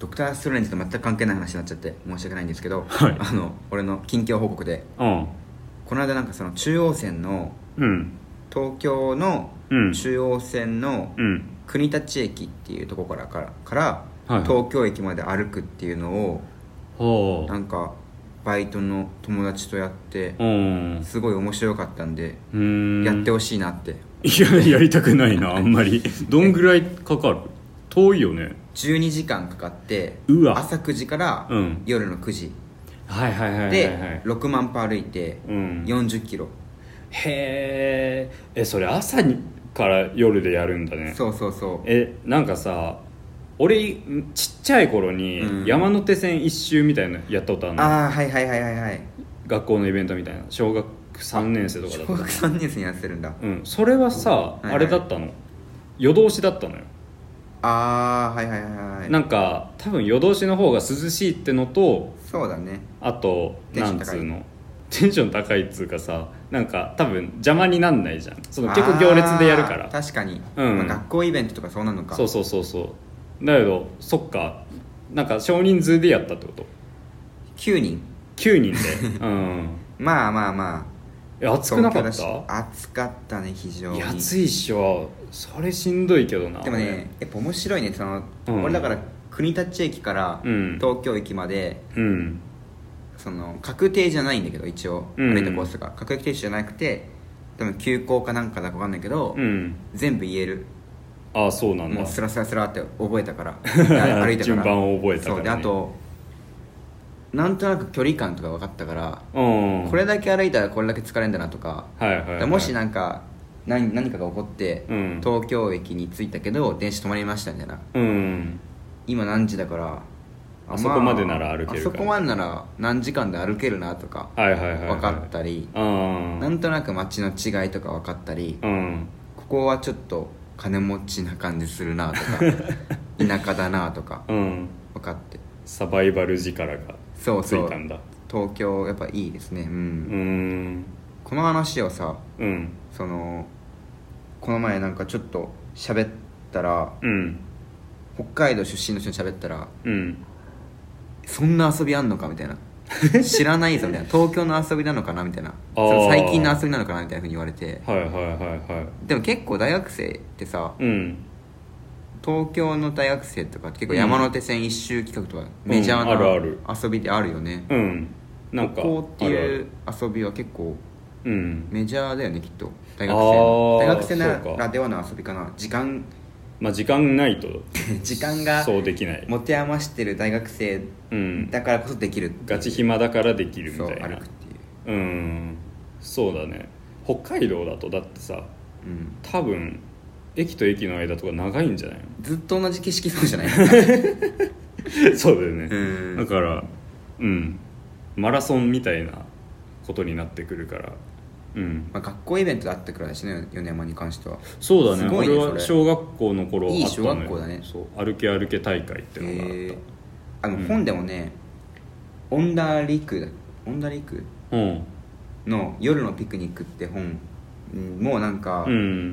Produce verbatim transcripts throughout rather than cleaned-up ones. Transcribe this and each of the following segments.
ドクターストレンジと全く関係ない話になっちゃって申し訳ないんですけど、 はい、 あの俺の近況報告で、 うん、 この間なんかその中央線の、 うん、 東京の中央線の国立駅っていうところからから、からはいはい、 東京駅まで歩くっていうのを、なんかバイトの友達とやって、すごい面白かったんで、うーん、やってほしいなって。 いややりたくないなあんまりどんぐらいかかる？遠いよね。 じゅうにじかんかかって、 うわ朝くじから夜のくじ、 うん、はいはいはいはい、はい、 でろくまん歩歩いてよんじゅっキロ、うん、 へえ、それ朝にから夜でやるんだね。 そうそうそう。 え、なんかさ、俺ちっちゃい頃に山手線一周みたいなやったことあるの、うん、 ああはいはいはいはいはい。 学校のイベントみたいな、小学さんねん生とかだった。 小学さんねん生にやってるんだ。 うん、それはさ、はいはい、あれだったの、夜通しだったのよ。 ああはいはいはいはい。 なんか多分夜通しの方が涼しいってのと、 そうだね、 あとなんつうのテンション高いっつうかさ、なんか多分邪魔になんないじゃん、その結構行列でやるから。 確かに、 うんまあ、学校イベントとかそうなのか。 そうそうそうそうだけど、そっか、なんか少人数でやったってこと？ きゅうにんきゅうにんでうんまあまあまあ、暑くなかった？ 暑かったね、非常に。 暑いっしょ、それしんどいけどな。 でもね、やっぱ面白いね、その、うん、俺だから国立駅から東京駅まで、うん、その確定じゃないんだけど、一応歩いたコースが、うん、確定じゃなくて、多分急行かなんかだか分かんないけど、うん、全部言える。 ああそうなんだ。 もうスラスラスラって覚えたから歩いたから順番を覚えたから、ね、 そうで、あとなんとなく距離感とか分かったから、うん、これだけ歩いたらこれだけ疲れるんだなとか、はいはいはい、もしなんか 何, 何かが起こって、うん、東京駅に着いたけど電車止まりましたみたいな、うん、今何時だからあそこまでなら歩けるか、 あそこまでなら何時間で歩けるなとか分かったり、なんとなく街の違いとか分かったり、うん、ここはちょっと金持ちな感じするなとか田舎だなとか、うん、分かって、 サバイバル力がついたんだ。 そうそう、東京やっぱいいですね。うん、うーん、この話をさ、うん、そのこの前なんかちょっと喋ったら、うん、北海道出身の人に喋ったら、うん、そんな遊びあんのかみたいな知らないぞみたいな、東京の遊びなのかなみたいな、その最近の遊びなのかなみたいな風に言われて、はいはいはいはい。でも結構大学生ってさ、うん、東京の大学生とか結構山手線一周企画とかメジャーな遊びであるよね。うん、なんかここっていう遊びは結構メジャーだよね、きっと。大学生の大学生ならではの遊びかな。時間まあ時間ないと時間がそうできない、 持て余してる大学生だからこそできる、うん、 ガチ暇だからできるみたいな。 そう歩くっていう、 うん、そうだね。北海道だとだってさ、うん、多分駅と駅の間とか長いんじゃないの？ ずっと同じ景色そうじゃないそうだよね、うん、だからうんマラソンみたいなことになってくるから、うんまあ、学校イベントだったくらいだしね、米山に関しては。 そうだね、 すごいね、 俺は小学校の頃あったのよ。 いい小学校だね。 そう歩け歩け大会っていうのがあった、えー、 あの、うん、本でもね、オンダリクオンダリクの夜のピクニックって本もうなんか、うん、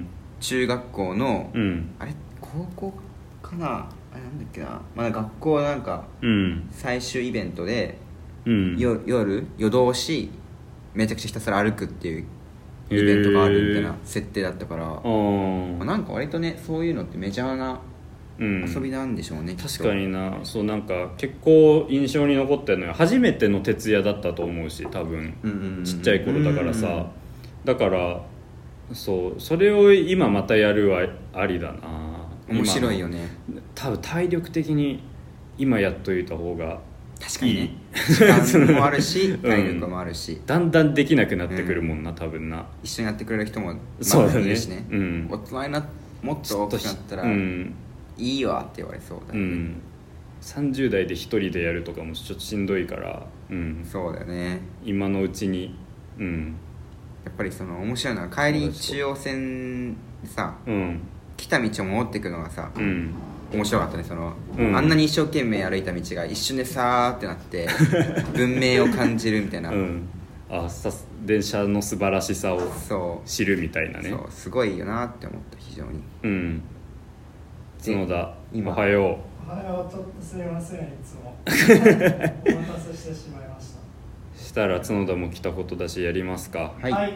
中学校の、うん、あれ高校かな、あれなんだっけな、まだ学校なんか、うん、最終イベントで、うん、夜夜通しめちゃくちゃひたすら歩くっていうイベントがあるみたいな設定だったから、まあ、なんか割とねそういうのってメジャーな遊びなんでしょうね、うん、 確かにな。そうなんか結構印象に残ってるのは初めての徹夜だったと思うし、多分、うんうんうん、ちっちゃい頃だからさ、うんうんうん、だからそうそれを今またやるはありだな。 面白いよね。 多分体力的に今やっといた方が確かにね、時間もあるし体力もあるし、うん、 だんだんできなくなってくるもんな、うん、多分な。 一緒にやってくれる人もまだいるしね、 うん、 大人になもっと大きくなったら、うん、いいわって言われそうだよね、うん、 さんじゅう代で一人でやるとかもちょっとしんどいから、うん、 そうだよね、 今のうちに、うん、 やっぱりその面白いのは帰り中央線でさ、うん、来た道を戻っていくのがさ、うん面白かったね。その、うん、あんなに一生懸命歩いた道が一瞬でさーってなって文明を感じるみたいな、うん、 あさ電車の素晴らしさを知るみたいなね。 そうすごいよなって思った、非常に。 うん角田おはよおおはよう、ちょっとすみません、いつもお待たせしてしまいました。 したら角田も来たことだしやりますか。 はい、はい。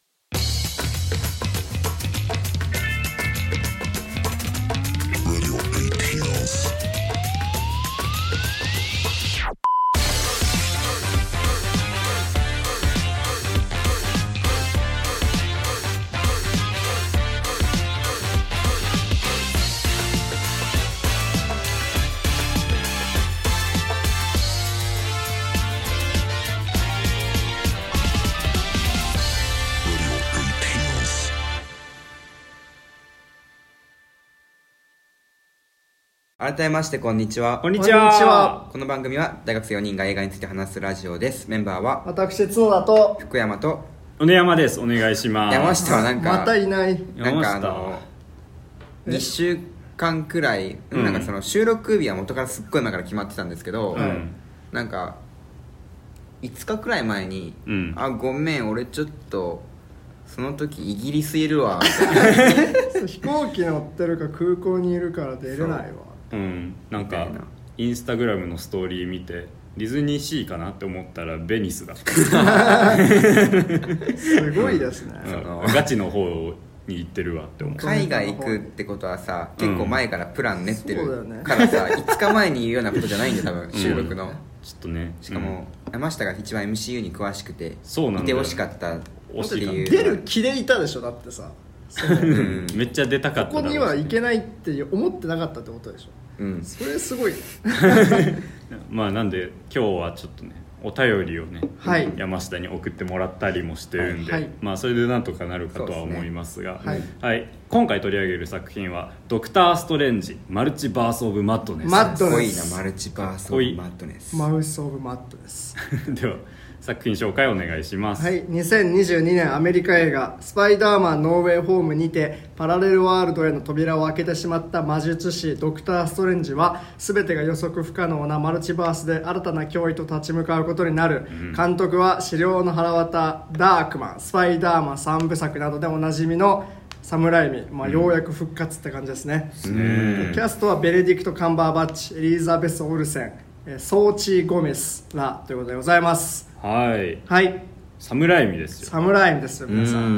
改めましてこんにちは。 こんにちは。 この番組は大学生よにんが映画について話すラジオです。メンバーは私角田と福山と米山です。お願いします。 山下はなんかまたいない。 なんかあのにしゅうかんくらい、うん、なんかその収録日は元からすっごい前から決まってたんですけど、うん、なんかいつかくらい前に、うん、あごめん俺ちょっとその時イギリスいるわ飛行機乗ってるか空港にいるから出れないわ。 うん、なんかインスタグラムのストーリー見てディズニーシーかなって思ったらベニスだったすごいですね、 うん、ガチの方に行ってるわって思う。 海外行くってことはさ、結構前からプラン練ってるからさ、うんね、いつかまえに言うようなことじゃないんで多分収録の、うん、 ちょっとね。 しかも、うん、山下が一番 エムシーユー に詳しくてそうなんだよ、 いてほしかったっていう。 出る気でいたでしょ。だってさうん、めっちゃ出たかった。 ここには行けないって思ってなかったってことでしょ。うん、それすごいねまあなんで今日はちょっとねお便りをね、 はい、 山下に送ってもらったりもしてるんで、はいはい、まあそれでなんとかなるかとは思いますが、 はいはい、今回取り上げる作品はドクターストレンジマルチバースオブマッドネス。 マッドネス。 かっこいいな、マルチバースオブマッドネス。 マウスオブマッドネスでは作品紹介お願いします。 はい、にせんにじゅうにねんアメリカ映画スパイダーマンノーウェイホームにてパラレルワールドへの扉を開けてしまった魔術師ドクターストレンジは全てが予測不可能なマルチバースで新たな脅威と立ち向かうことになる、うん、監督は資料の腹渡ダークマン、スパイダーマンさんぶさくなどでおなじみのサムライミ、まあ、ようやく復活って感じですね、うん、キャストはベネディクト・カンバーバッチ、エリザベス・オルセン、ソーチー・ゴメスらということでございます。 はい、 はい、 サムライミですよ。 サムライミですよ皆さん、うんうん、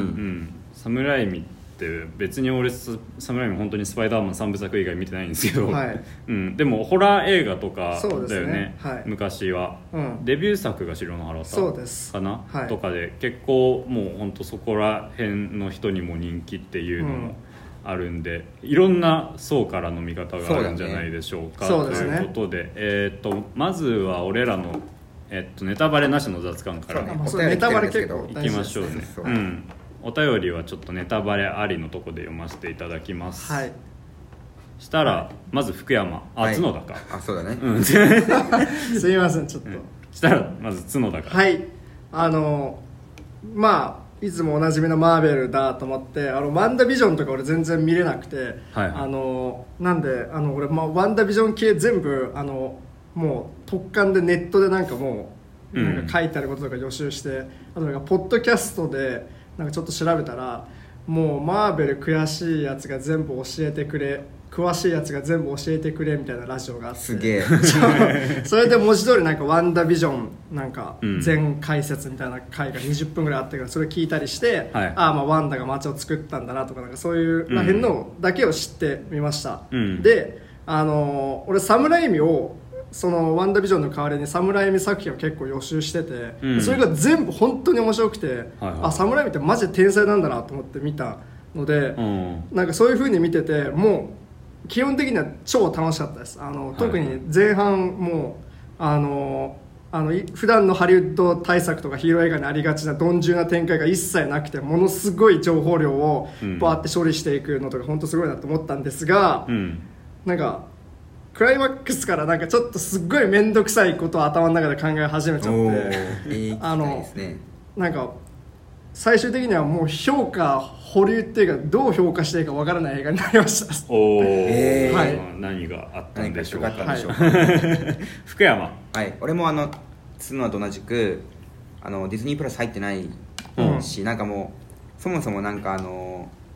サムライミって別に俺サムライミ本当にスパイダーマンさんぶさく以外見てないんですけど、はいうん、でもホラー映画とかだよ ね, ね、はい、昔は、うん、デビュー作が白の腹渡かな、はい、とかで結構もう本当そこら辺の人にも人気っていうのもあるんで、うん、いろんな層からの見方があるんじゃないでしょうか。 そうだね、 ということで、えー、とまずは俺らのえっと、ネタバレなしの雑談から、ね、 そうネタバレ結構いきましょうね。うん、お便りはちょっとネタバレありのとこで読ませていただきます。 はい。 したらまず福山、あ、はい、角田か。 あ、そうだね。 うん、すいませんちょっと。うん、 したらまず角田か。 はい。あのまあいつもおなじみのマーベルだと思ってあのワンダービジョンとか俺全然見れなくて、はい、あのなんであの俺、まあ、ワンダービジョン系全部あのもう特貫でネットでなんかもうなんか書いてあることとか予習して、うん、あとなんかポッドキャストでなんかちょっと調べたらもうマーベル悔しいやつが全部教えてくれ詳しいやつが全部教えてくれみたいなラジオがあって、 すげえそれで文字通りなんかワンダービジョンなんか全解説みたいな回がにじゅっぷんぐらいあったからそれ聞いたりして、はい、ああまあワンダが街を作ったんだなとかなんかそういうらへんのだけを知ってみました、うん、であの俺サムライミをそのワンダービジョンの代わりにサムライミ作品を結構予習してて、うん、それが全部本当に面白くて、はいはい、あサムライミってマジで天才なんだなと思って見たので、うん、なんかそういう風に見ててもう基本的には超楽しかったです。あの特に前半もうあのあの普段のハリウッド大作とかヒーロー映画にありがちな鈍重な展開が一切なくてものすごい情報量をバーって処理していくのとか本当すごいなと思ったんですが、うん、なんかクライマックスからなんかちょっとすっごい面倒くさいことを頭の中で考え始めちゃってあのなんか最終的にはもう評価保留っていうかどう評価していいかわからない映画になりました。 おー、はい、何があったんでしょうか。 何かしょうか福山。 はい、俺もあの角と同じくあのディズニープラス入ってないし、うん、なんかもうそもそもなんかあの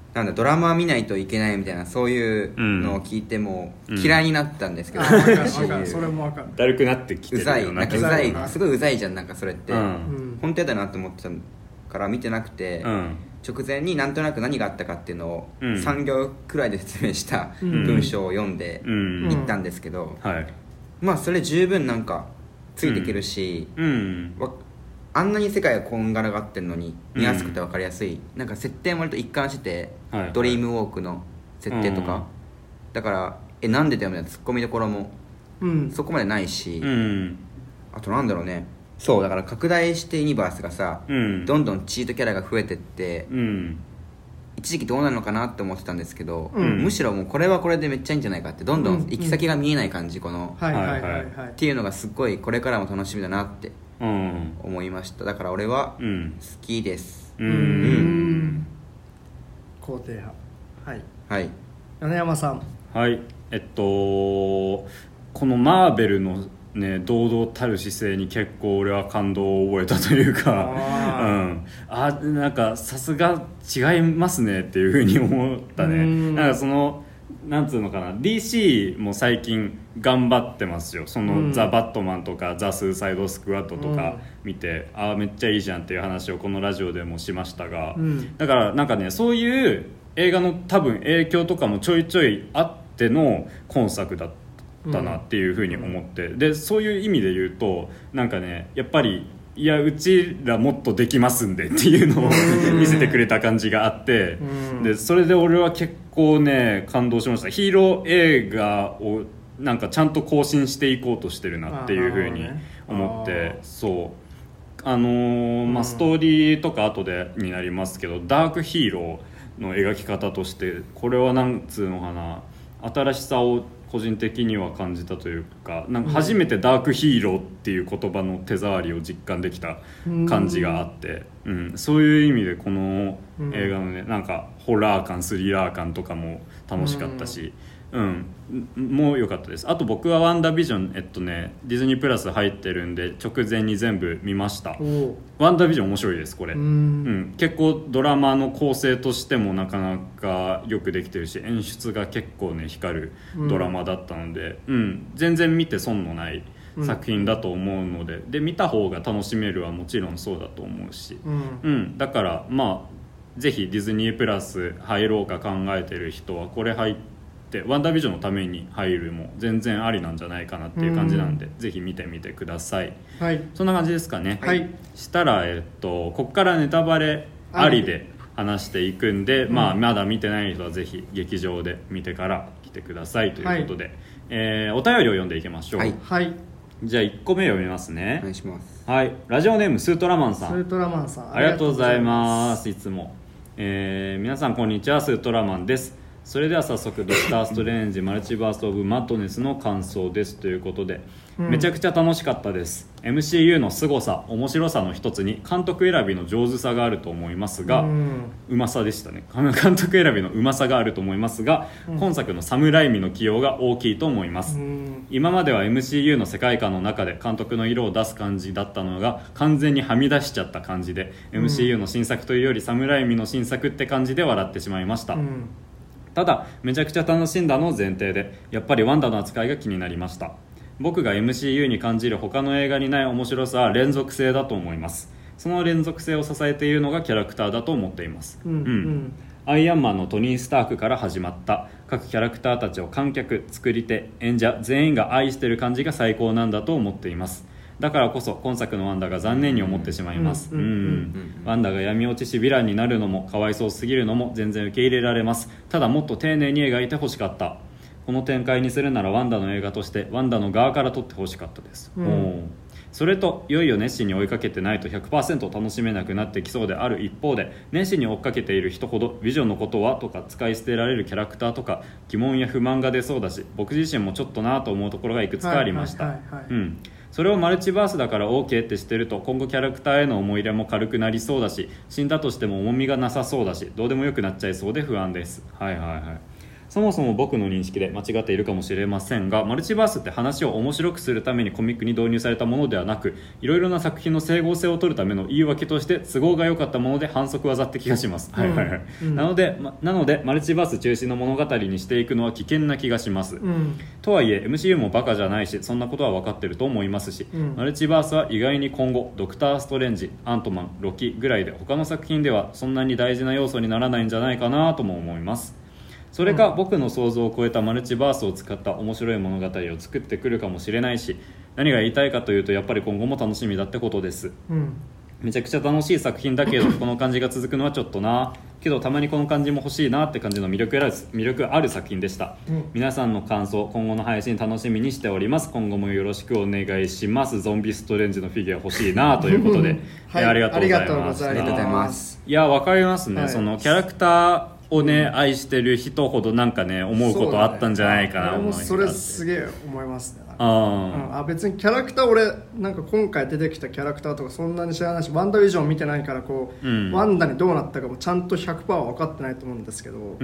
なんだドラマ見ないといけないみたいなそういうのを聞いても嫌いになったんですけど、 うん、分かる分かるそれも分かるだるくなってきてるようざいなんかうざいすごいうざいじゃんなんかそれって、うん、本当やだなと思ってたから見てなくて、うん、直前になんとなく何があったかっていうのをさん行くらいで説明した文章を読んで行ったんですけど、うんうんはい、まあそれ十分なんかついていけるし、うん、あんなに世界がこんがらがってるのに見やすくて分かりやすい、うん、なんか設定も割と一貫してて、はいはい、ドリームウォークの設定とか、うん、だからえなんでだよみたいなツッコミどころも、うん、そこまでないし、うん、あとなんだろうねそうだから拡大してユニバースがさ、うん、どんどんチートキャラが増えてって、うん、一時期どうなるのかなって思ってたんですけど、うん、むしろもうこれはこれでめっちゃいいんじゃないかってどんどん行き先が見えない感じこのっていうのがすごいこれからも楽しみだなって思いました。だから俺は好きです。うん、うん、 肯定派。はい、 はい、 米山さん。 はい、えっとこのマーベルのね、堂々たる姿勢に結構俺は感動を覚えたというかあ、うん、あなんかさすが違いますねっていう風に思ったね。なんかそのなんつうのかな ディーシー も最近頑張ってますよ。そのザ・バットマンとかザ・スーサイド・スクワットとか見て、うん、あめっちゃいいじゃんっていう話をこのラジオでもしましたが、うん、だからなんかねそういう映画の多分影響とかもちょいちょいあっての今作だっただなっていうふうに思って、うん、でそういう意味で言うとなんかねやっぱりいやうちらもっとできますんでっていうのを見せてくれた感じがあって、うん、でそれで俺は結構ね感動しました。ヒーロー映画をなんかちゃんと更新していこうとしてるなっていうふうに思って、ね、そうあのーまあ、ストーリーとか後でになりますけど、うん、ダークヒーローの描き方としてこれはなんつうのかな新しさを個人的には感じたというか、なんか初めてダークヒーローっていう言葉の手触りを実感できた感じがあって、うんうん、そういう意味でこの映画のねなんかホラー感スリラー感とかも楽しかったし、うん、もう良かったです。あと僕はワンダービジョンえっとねディズニープラス入ってるんで直前に全部見ました。ワンダービジョン面白いですこれ。うん、うん、結構ドラマの構成としてもなかなかよくできてるし演出が結構ね光るドラマだったので、うん、うん、全然見て損のない作品だと思うので、うん、で見た方が楽しめるはもちろんそうだと思うし、うんうん、だからまあぜひディズニープラス入ろうか考えてる人はこれ入ってワンダービジョンのために入るも全然ありなんじゃないかなっていう感じなんで、うん、ぜひ見てみてください、はい、そんな感じですかね。はい、したら、えっと、ここからネタバレありで話していくんで、うんまあ、まだ見てない人はぜひ劇場で見てから来てくださいということで、はいえー、お便りを読んでいきましょう。はい、はい、じゃあいっこめ読みますね。 お願いします。 はい、ラジオネームスートラマンさん。 スートラマンさんありがとうございます。いつも、えー、皆さんこんにちは、スートラマンです。それでは早速ドクターストレンジマルチバースオブマッドネスの感想ですということで、うん、めちゃくちゃ楽しかったです。 エムシーユー の凄さ面白さの一つに監督選びの上手さがあると思いますが、うん、うまさでしたね。監督選びのうまさがあると思いますが、うん、今作のサムライミの起用が大きいと思います、うん、今までは エムシーユー の世界観の中で監督の色を出す感じだったのが完全にはみ出しちゃった感じで、うん、エムシーユー の新作というよりサムライミの新作って感じで笑ってしまいました、うんただめちゃくちゃ楽しんだの前提でやっぱりワンダの扱いが気になりました。僕が エムシーユー に感じる他の映画にない面白さは連続性だと思います。その連続性を支えているのがキャラクターだと思っています、うんうん、アイアンマンのトニー・スタークから始まった各キャラクターたちを観客、作り手、演者全員が愛している感じが最高なんだと思っています。だからこそ今作のワンダが残念に思ってしまいます。ワンダが闇落ちしヴィランになるのもかわいそうすぎるのも全然受け入れられます。ただもっと丁寧に描いてほしかった。この展開にするならワンダの映画としてワンダの側から撮ってほしかったです、うん、それといよいよ熱心に追いかけてないと ひゃくパーセント 楽しめなくなってきそうである一方で、熱心に追っかけている人ほどビジョンのことはとか使い捨てられるキャラクターとか疑問や不満が出そうだし、僕自身もちょっとなと思うところがいくつかありました。それをマルチバースだから OK ってしてると今後キャラクターへの思い入れも軽くなりそうだし、死んだとしても重みがなさそうだし、どうでもよくなっちゃいそうで不安です。はいはいはい。 そもそも僕の認識で間違っているかもしれませんが、マルチバースって話を面白くするためにコミックに導入されたものではなく、いろいろな作品の整合性を取るための言い訳として都合が良かったもので反則技って気がします、うん、はいはいはい、うん、なので、ま、なのでマルチバース中心の物語にしていくのは危険な気がします、うん、とはいえ エムシーユー もバカじゃないし、そんなことは分かってると思いますし、うん、マルチバースは意外に今後ドクターストレンジ、アントマン、ロキぐらいで他の作品ではそんなに大事な要素にならないんじゃないかなとも思います。それが僕の想像を超えたマルチバースを使った面白い物語を作ってくるかもしれないし、何が言いたいかというと、やっぱり今後も楽しみだってことです、うん、めちゃくちゃ楽しい作品だけどこの感じが続くのはちょっとな、けどたまにこの感じも欲しいなって感じの魅力ある、魅力ある作品でした、うん、皆さんの感想、今後の配信楽しみにしております。今後もよろしくお願いします。ゾンビストレンジのフィギュア欲しいなということで、はい、ありがとうございます。 ありがとうございます。 いや、わかりますね、はい、そのキャラクターをね、うん、愛してる人ほどなんかね思うことあったんじゃないかな、 俺もそれすげえ思いますね。あ、うん、あ別にキャラクター、俺なんか今回出てきたキャラクターとかそんなに知らないし、ワンダービジョン見てないからこう、うん、ワンダにどうなったかもちゃんと ひゃくパーセント は分かってないと思うんですけど、うん、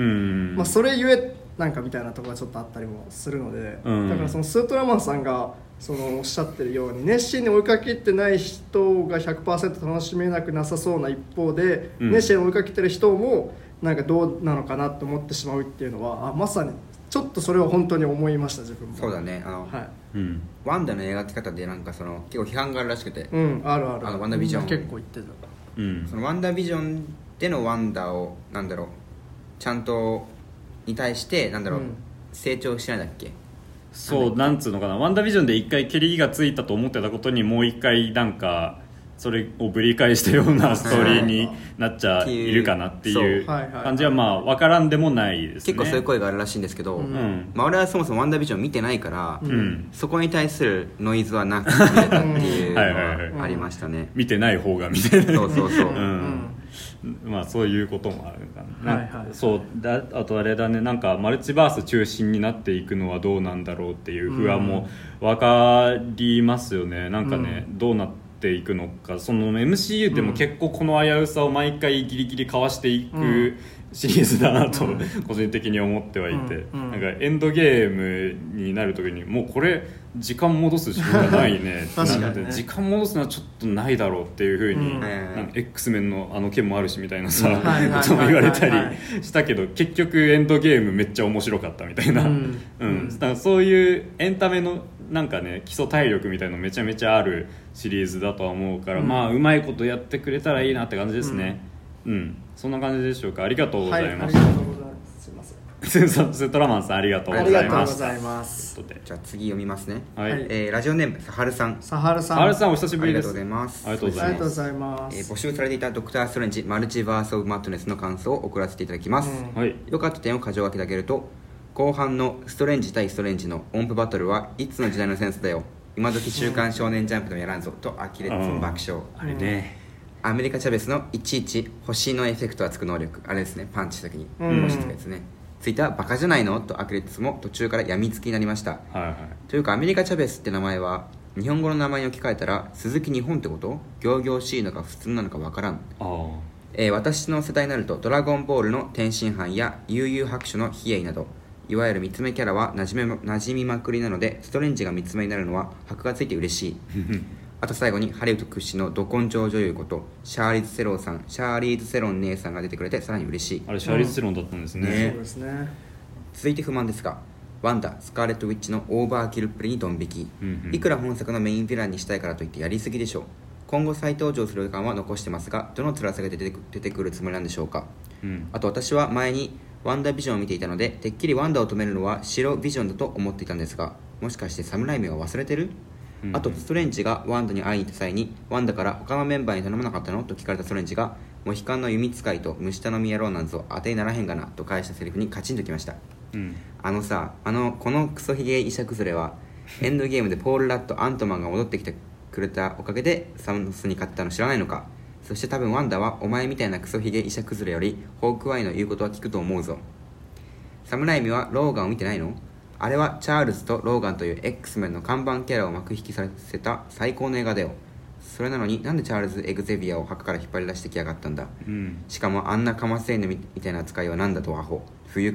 まあ、それゆえなんかみたいなところがちょっとあったりもするので、うん、だからそのスートラマンさんがそのおっしゃってるように熱心に追いかけてない人が ひゃくパーセント 楽しめなくなさそうな一方で、うん、熱心に追いかけてる人もなんかどうなのかなと思ってしまうっていうのは、あまさにちょっとそれは本当に思いました、自分も。 そうだね、あの、はい、うん、ワンダの描き方でなんかその結構批判があるらしくて、 うん、あるある、 あのワンダービジョン結構言ってた、 うん、そのワンダービジョンでのワンダをなんだろう、ちゃんとに対してなんだろう、うん、成長しないんだっけ。 そう、なんつうのかな、ワンダービジョンで一回蹴りがついたと思ってたことにもう一回なんかそれをぶり返したようなストーリーになっちゃいるかなっていう感じはまあ分からんでもないですね。 結構そういう声があるらしいんですけど、うん、まあ、俺はそもそもワンダービジョン見てないから、うん、そこに対するノイズはなく見れたっていうのはありましたね。 見てない方が見てない。 そうそうそう、うんうん、まあそういうこともあるかな、はいはい、そうだ。あとあれだね、なんかマルチバース中心になっていくのはどうなんだろうっていう不安も分かりますよね。なんかね、うん、どうなっていくのか、その エムシーユー でも結構この危うさを毎回ギリギリかわしていくシリーズだなと個人的に思ってはいて、なんかエンドゲームになる時にもうこれ時間戻すしかないね確かにね、 時間戻すのはちょっとないだろうっていう風に、うん、なんか X メンのあの件もあるしみたいなさことも言われたりしたけど、結局エンドゲームめっちゃ面白かったみたいな、うんうん、だからそういうエンタメのなんかね、基礎体力みたいなのめちゃめちゃあるシリーズだとは思うから、うん、まあうまいことやってくれたらいいなって感じですね、うん、うん、そんな感じでしょうか。ありがとうございます。 はい、ありがとうございます。すいません。 スートラマンさんありがとうございます。 ありがとうございます。 じゃあ次読みますね、 はい、 えー、ラジオネームさはるさん。 さはるさん、 さはるさんお久しぶりです。 ありがとうございます。 ありがとうございます。 えー、募集されていたドクターストレンジマルチバースオブマットネスの感想を送らせていただきます、うん、はい、よかった点を箇条書きであげると、後半のストレンジ対ストレンジの音符バトルはいつの時代のセンスだよ、今時週刊少年ジャンプでもやらんぞと呆れつ爆笑、 あれね、 アメリカチャベスのいちいち星のエフェクトがつく能力、あれですね、パンチした時に星つくやつね、ついたバカじゃないのと呆れつつも途中から病みつきになりました、はいはい、というかアメリカチャベスって名前は日本語の名前に置き換えたら鈴木日本ってこと？仰々しいのか普通なのかわからん。あ、えー、私の世代になるとドラゴンボールの天津飯や悠々白書の悲哀などいわゆる三つ目キャラはなじめ馴染みまくりなので、ストレンジが三つ目になるのは箔がついて嬉しいあと最後にハリウッド屈指のど根性女優ことシャーリーズ・セロンさんシャーリーズ・セロン姉さんが出てくれてさらに嬉しい。 あれシャーリーズ・セロンだったんですね、 うんね、そうですね。 続いて不満ですが、ワンダ・スカーレット・ウィッチのオーバーキルっぷりにドン引き、うんうん、いくら本作のメインヴィランにしたいからといってやりすぎでしょう。今後再登場する感は残してますが、どの辛さが出てく出てくるつもりなんでしょうか、うん、あと私は前にワンダービジョンを見ていたので、てっきりワンダを止めるのは白ビジョンだと思っていたんですが、もしかしてサムライミは忘れてる、うん、あとストレンジがワンダに会いに行った際にワンダから他のメンバーに頼まなかったのと聞かれたストレンジが、モヒカンの弓使いと虫頼み野郎なんぞ当てにならへんがなと返したセリフにカチンときました、うん、あのさ、あのこのクソヒゲ医者崩れはエンドゲームでポール・ラット・アントマンが戻ってきてくれたおかげでサムスに勝ったの知らないのか。そして多分ワンダはお前みたいなクソヒゲ医者崩れよりホークアイの言うことは聞くと思うぞ。サムライミはローガンを見てないの？あれはチャールズとローガンという X メンの看板キャラを幕引きさせた最高の映画だよ。それなのになんでチャールズ・エグゼビアを墓から引っ張り出してきやがったんだ、うん、しかもあんなカマセイヌみたいな扱いはなんだとアホ、不愉快、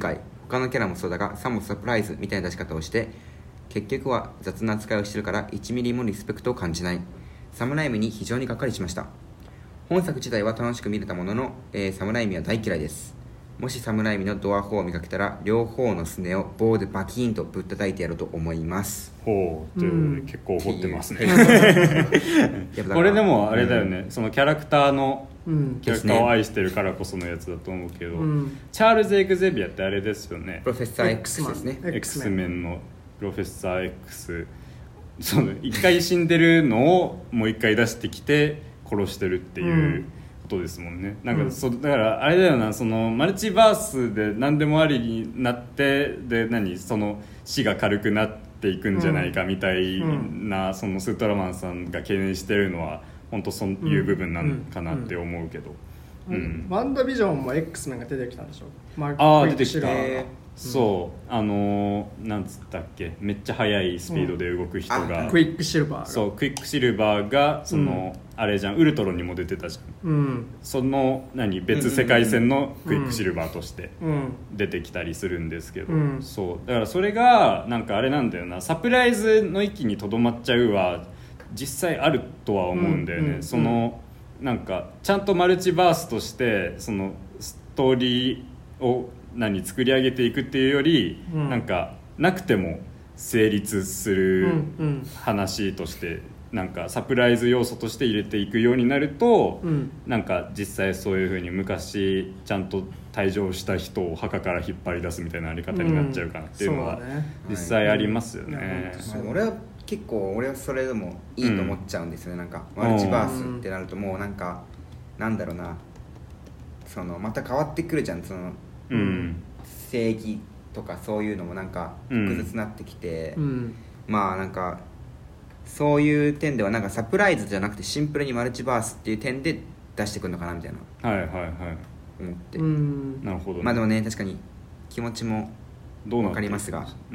他のキャラもそうだがさもサプライズみたいな出し方をして結局は雑な扱いをしてるからいちミリもリスペクトを感じない。サムライミに非常にがっかりしました。本作自体は楽しく見れたものの、えー、サムライミは大嫌いです。もしサムライミのドアホを見かけたら両方のすねを棒でバキーンとぶったたいてやると思います。 ほう、うん、結構怒ってますねこれでもあれだよね、うん、そのキャラクターのキャラクターを愛してるからこそのやつだと思うけど、うん、チャールズ・エグゼビアってあれですよね、 プロフェッサー X ですね。 X メンのプロフェッサー X、 その一回死んでるのをもう一回出してきて殺してるっていう、うんことですもんね。なんかそ、だからあれだよな、そのマルチバースで何でもありになってで何その死が軽くなっていくんじゃないかみたいな、うん、そのスートラマンさんが懸念してるのは本当そういう部分なのかなって思うけど、 うんうんうん、ワンダービジョンも X メンが出てきたんでしょ。 ああ出てきた、そう、あのー、なんつったっけ、めっちゃ速いスピードで動く人が、 うん、クイックシルバーがそうクイックシルバーがその、うん、あれじゃん、ウルトロンにも出てたじゃん、うん、その何別世界線のクイックシルバーとして出てきたりするんですけど、うんうん、そうだからそれがなんかあれなんだよな、サプライズの域にとどまっちゃうは実際あるとは思うんだよね、うんうん、そのなんかちゃんとマルチバースとしてそのストーリーを何作り上げていくっていうより、うん、なんかなくても成立する話として、うんうん、なんかサプライズ要素として入れていくようになると、うん、なんか実際そういう風に昔ちゃんと退場した人を墓から引っ張り出すみたいなやり方になっちゃうかなっていうのは実際ありますよね、 うん、俺は結構俺はそれでもいいと思っちゃうんですよね、うん、なんかマルチバースってなるともうなんかなんだろうな、そのまた変わってくるじゃん、そのうん、正義とかそういうのもなんか複雑になってきて、うん、まあなんかそういう点ではなんかサプライズじゃなくてシンプルにマルチバースっていう点で出してくるのかなみたいな、 はいはいはい、 思って、 うん、なるほど、ね、 まあでもね確かに気持ちも分かりますが、うん、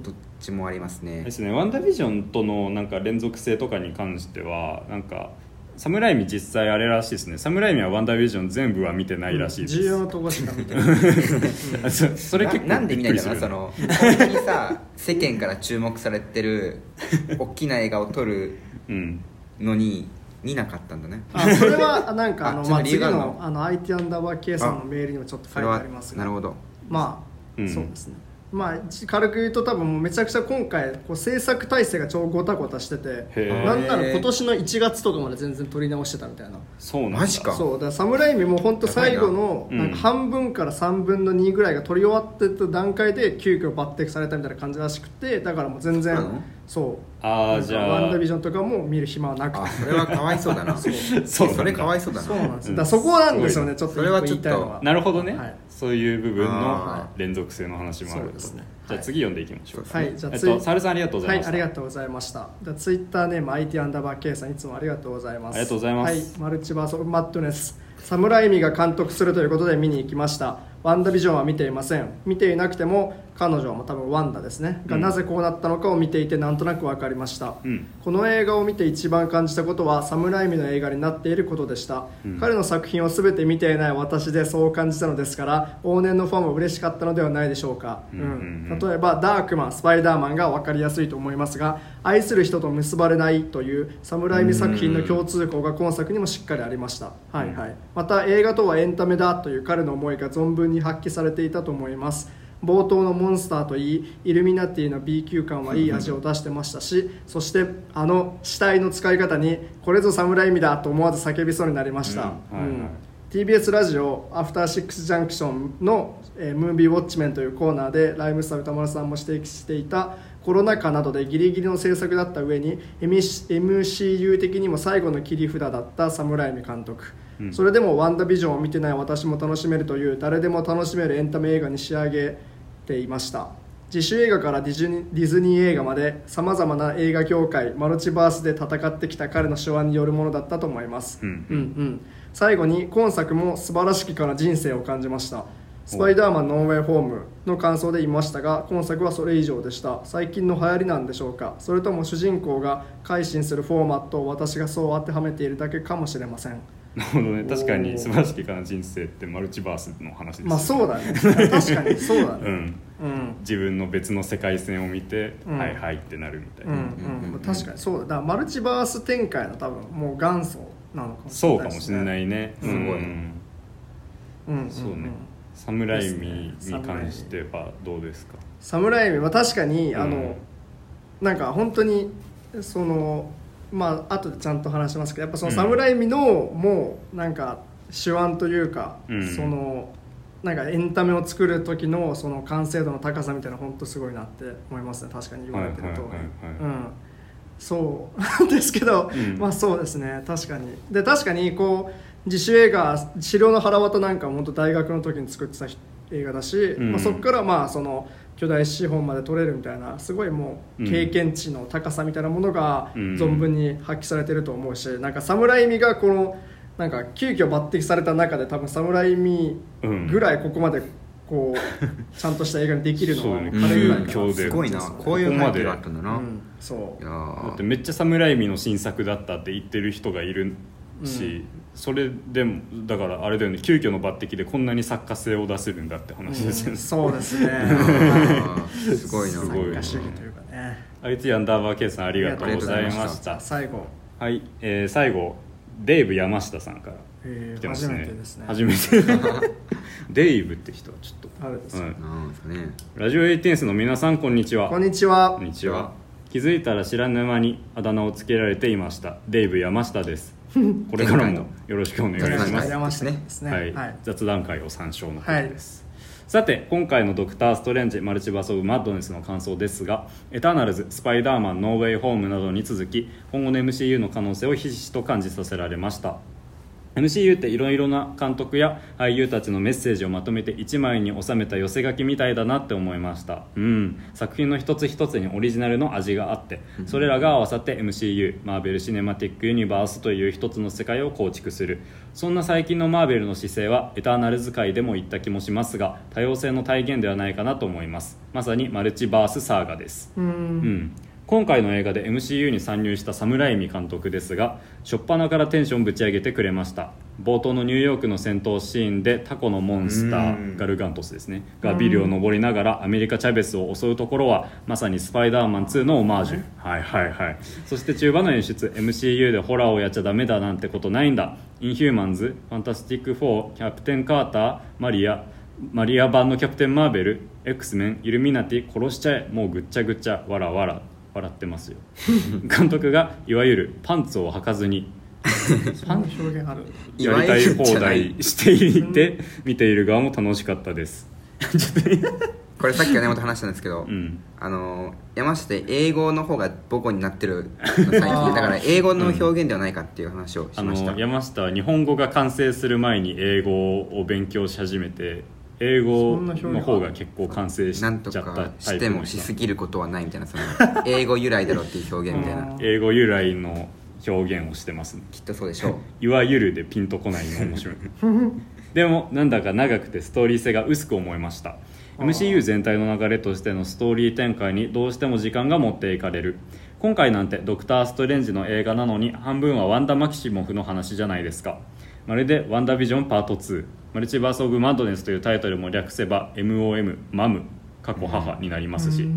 どっちもありますね。 ですね、ワンダービジョンとのなんか連続性とかに関してはなんかサムライミ実際あれらしいですね。サムライミはワンダービジョン全部は見てないらしいです、 うん、重要なとこしか見てないそ, それ結構な, なんで見ないんだろうな、その本当にさ世間から注目されてる大きな映画を撮るのに見なかったんだね。 あそれはなんかあの、まあ、次のあの アイティー アンダーバー K さんのメールにもちょっと書いてありますが、 なるほど、 まあ、うん、そうですね。まあ、軽く言うと多分もうめちゃくちゃ今回こう制作体制が超ゴタゴタしてて、なんなら今年のいちがつとかまで全然撮り直してたみたいな。 そうなんだ。 マジか。 そうだからサムライミも本当最後のなんか半分からさんぶんのにぐらいが撮り終わってた段階で急遽抜擢されたみたいな感じらしくて、だからもう全然そうあじゃあワンダービジョンとかも見る暇はなくて、 あそれはかわいそうだなそうそうそれかわいそうだな。 そうなんです、うん、だそこなんですよね、ちょっとそれはちょっとなるほどね、はい、そういう部分の連続性の話もあると、そうですね。じゃあ次読んでいきましょう。 はい、じゃあえっと、サルさんありがとうございました。 はい、ありがとうございました。じゃあツイッターネーム アイティー アンダーバー K さんいつもありがとうございます。 ありがとうございます。 はい、マルチバースオブマッドネス、サムライミが監督するということで見に行きました。ワンダービジョンは見ていません。見ていなくても彼女はもう多分ワンダですねが、なぜこうなったのかを見ていてなんとなく分かりました、うん、この映画を見て一番感じたことはサムライミの映画になっていることでした、うん、彼の作品を全て見ていない私でそう感じたのですから往年のファンも嬉しかったのではないでしょうか、うんうんうん、例えばダークマン、スパイダーマンが分かりやすいと思いますが、愛する人と結ばれないというサムライミ作品の共通項が今作にもしっかりありました、はいはい、また映画とはエンタメだという彼の思いが存分に発揮されていたと思います。冒頭のモンスターといいイルミナティの B 級感はいい味を出してましたし、そしてあの死体の使い方にこれぞサムライミだと思わず叫びそうになりました、うんはいはい、うん、ティービーエス ラジオアフターシックスジャンクションの、えー、ムービーウォッチメンというコーナーでライムスター歌丸さんも指摘していたコロナ禍などでギリギリの制作だった上に エムシーユー 的にも最後の切り札だったサムライミ監督、うん、それでもワンダービジョンを見てない私も楽しめるという誰でも楽しめるエンタメ映画に仕上げていました。自主映画からディズニー、ディズニー映画までさまざまな映画業界マルチバースで戦ってきた彼の手腕によるものだったと思います、うんうんうん、最後に今作も素晴らしきから人生を感じました。スパイダーマンノーウェイホームの感想で言いましたが、今作はそれ以上でした。最近の流行りなんでしょうか、それとも主人公が改心するフォーマットを私がそう当てはめているだけかもしれません。 なるほどね。確かに素晴らしきかな人生ってマルチバースの話です、ね、 まあそうだね確かにそうだね、 うんうん、自分の別の世界線を見て、うん、はいはいってなるみたいな、うんうんうん、確かにそうだ。だからマルチバース展開の多分もう元祖なのかもしれないですね。 そうかもしれないね。すごい、うんうん、そうね。サムライミに関してはどうですか？ サムライミは確かに、うん、あのなんか本当にそのまあ後でちゃんと話しますけど、やっぱそのサムライミのもうなんか手腕というか、うん、そのなんかエンタメを作る時のその完成度の高さみたいな本当すごいなって思いますね。確かに言われてると、そうですけど、うん、まあそうですね。確かにで確かにこう自主映画「資料の腹渡」なんかも本当大学の時に作ってた映画だし、うん、まあ、そこからまあその巨大資本まで取れるみたいなすごいもう経験値の高さみたいなものが存分に発揮されてると思うし、なんか侍味がこのなんか急遽抜擢された中で多分侍味ぐらいここまでこうちゃんとした映画にできるのは彼ぐらいかな。 すごいな、こういう背景があったんだな、うん、 そういやだってめっちゃ侍味の新作だったって言ってる人がいるし、うん、それでもだからあれだよね、急遽の抜擢でこんなに作家性を出せるんだって話ですよね、うん、 そうですねすごいな、 作家主義というかね。 あいつアンダーバーKさんありがとうございました。 最後はい、えー、最後デイブ山下さんから来てますね。 初めてですね。 初めてデイブって人はちょっとあれです、うん、 なんですかね。 ラジオエイティーンスの皆さんこんにちは。 こんにちは。 こんにちは。気づいたら知らぬ間にあだ名をつけられていました。デイブ山下です。これからもよろしくお願いします。 山下ですね、 はいはい、雑談会を参照のことです、はい、さて今回のドクターストレンジマルチバースオブマッドネスの感想ですが、エターナルズ、スパイダーマン、ノーウェイホームなどに続き今後の エムシーユー の可能性をひしひしと感じさせられました。 エムシーユー っていろいろな監督や俳優たちのメッセージをまとめていちまいに収めた寄せ書きみたいだなって思いました。うん、作品の一つ一つにオリジナルの味があって、それらが合わさって エムシーユー マーベル・シネマティック・ユニバースという一つの世界を構築する。そんな最近のマーベルの姿勢はエターナルズ界でも言った気もしますが、多様性の体現ではないかなと思います。まさにマルチバースサーガです。うん、うん今回の映画で エムシーユー に参入したサムライミ監督ですが、初っ端からテンションぶち上げてくれました。冒頭のニューヨークの戦闘シーンでタコのモンスターガルガントスですねがビルを登りながらアメリカチャベスを襲うところはまさにスパイダーマンツーのオマージュ、はいはいはい。そして中盤の演出、 エムシーユー でホラーをやっちゃダメだなんてことないんだ、インヒューマンズ、ファンタスティックフォー、キャプテンカーター、マリアマリア版のキャプテンマーベル、 X メン、イルミナティ、殺しちゃえ、もうぐっちゃぐっちゃ、わらわら笑ってますよ監督がいわゆるパンツを履かずにパン表現あるやりたい放題していて見ている側も楽しかったですこれさっき金本話したんですけど、うん、あの山下で英語の方が母語になってる最近だから英語の表現ではないかっていう話をしました、 うん、あの山下は日本語が完成する前に英語を勉強し始めて、英語の方が結構完成しちゃったタイプの人。 なんとかしてもしすぎることはないみたいな、その英語由来だろうっていう表現みたいな英語由来の表現をしてますね。 きっとそうでしょういわゆるでピンとこないの面白いでもなんだか長くてストーリー性が薄く思いました。 エムシーユー 全体の流れとしてのストーリー展開にどうしても時間が持っていかれる。今回なんてドクターストレンジの映画なのに半分はワンダ・マキシモフの話じゃないですか。まるでワンダビジョンパートツー、マルチバースオブマッドネスというタイトルも略せば エムオーエム マム過去母になりますし、うん、うん、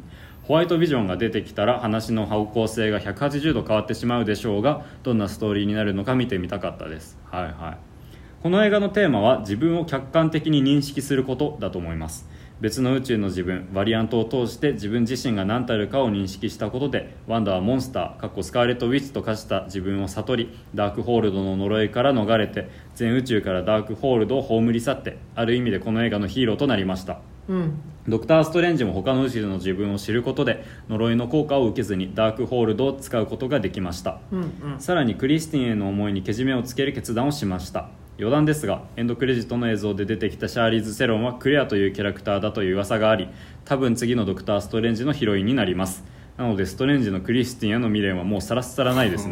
ホワイトビジョンが出てきたら話の方向性がひゃくはちじゅうど変わってしまうでしょうが、どんなストーリーになるのか見てみたかったです。はいはい。この映画のテーマは自分を客観的に認識することだと思います。別の宇宙の自分、バリアントを通して自分自身が何たるかを認識したことで、ワンダはモンスタースカーレット・ウィッチと化した自分を悟り、ダークホールドの呪いから逃れて全宇宙からダークホールドを葬り去って、ある意味でこの映画のヒーローとなりました、うん、ドクター・ストレンジも他の宇宙の自分を知ることで呪いの効果を受けずにダークホールドを使うことができました、うんうん、さらにクリスティンへの思いにけじめをつける決断をしました。余談ですが、エンドクレジットの映像で出てきたシャーリーズ・セロンはクレアというキャラクターだという噂があり、多分次のドクター・ストレンジのヒロインになります。なのでストレンジのクリスティンへの未練はもうさらさらないですね。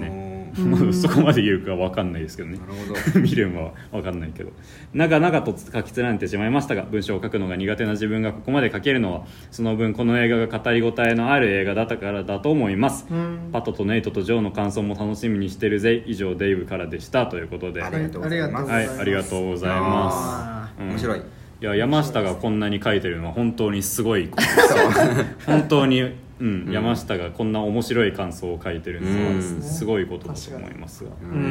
そこまで言うか分かんないですけどね。 なるほど見れば分かんないけど、長々と書き連ねてしまいましたが、文章を書くのが苦手な自分がここまで書けるのはその分この映画が語り応えのある映画だったからだと思います。パトとネイトとジョーの感想も楽しみにしてるぜ。以上デイブからでしたということで、 ありがとうございます。 はい、ありがとうございます。 面白い。いや、山下がこんなに書いてるのは本当にすごいこと本当に、うんうん、山下がこんな面白い感想を書いてるのはすごいことだと思いますが、うんうん、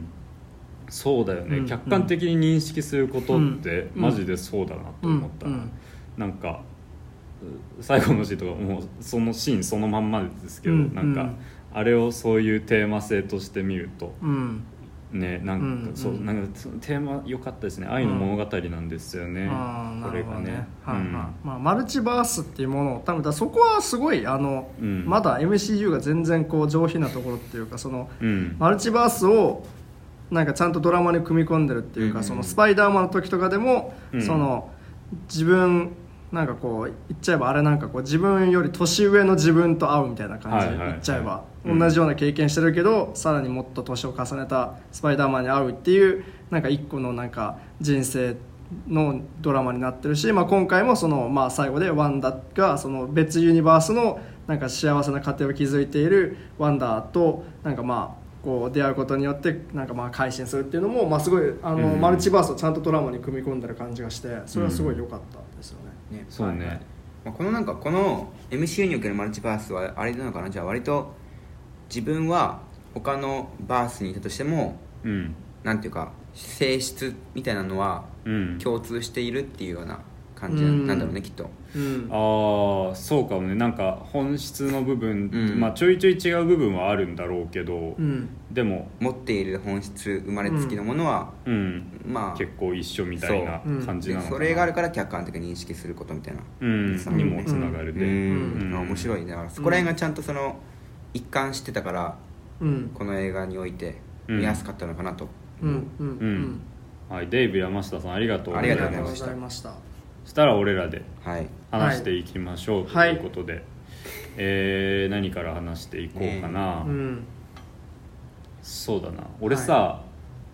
そうだよね、うん、客観的に認識することってマジでそうだなと思った、うんうん、なんか最後のシーンとかもうそのシーンそのまんまですけど、うん、なんかあれをそういうテーマ性として見ると、うんね、なんか、うんうん、そうなんかテーマ良かったですね。愛の物語なんですよね、うん、これがね、 はいはい、うん、まあ、マルチバースっていうものを多分だそこはすごいあの、うん、まだ エムシーユー が全然こう上品なところっていうか、その、うん、マルチバースをなんかちゃんとドラマに組み込んでるっていうか、うん、そのスパイダーマンの時とかでも、うん、その自分なんかこう言っちゃえばあれなんかこう自分より年上の自分と会うみたいな感じで言っちゃえば、はいはい、同じような経験してるけど、うん、さらにもっと年を重ねたスパイダーマンに会うっていうなんか一個のなんか人生のドラマになってるし、まあ、今回もそのまあ最後でワンダがその別ユニバースのなんか幸せな家庭を築いているワンダとなんかまあこう出会うことによってなんかまあ改心するっていうのもまあすごいあのマルチバースをちゃんとドラマに組み込んでる感じがして、それはすごい良かったですよね。 ね、そうね、はい、まあ、このなんかこの エムシーユー におけるマルチバースはあれなのかな。じゃあ割と自分は他のバースにいたとしても、うん、なんていうか性質みたいなのは共通しているっていうような感じなんだろうね、うん、きっと、 うん、ああそうかもね。なんか本質の部分、うん、まあちょいちょい違う部分はあるんだろうけど、うん、でも持っている本質生まれつきのものは、うん、 まあ結構一緒みたいな感じなのかな。 そ, それがあるから客観的に認識することみたいな、 うん、にもつながるで、うんうんうん、面白いね。だからそこら辺がちゃんとその一貫してたから、うん、この映画において見やすかったのかなと、うんうんうんうん、はい、デイブ山下さんありがとうございました。そしたら俺らで話していきましょうということで、はい、えー、何から話していこうかな、ね、うん、そうだな俺さ、はい、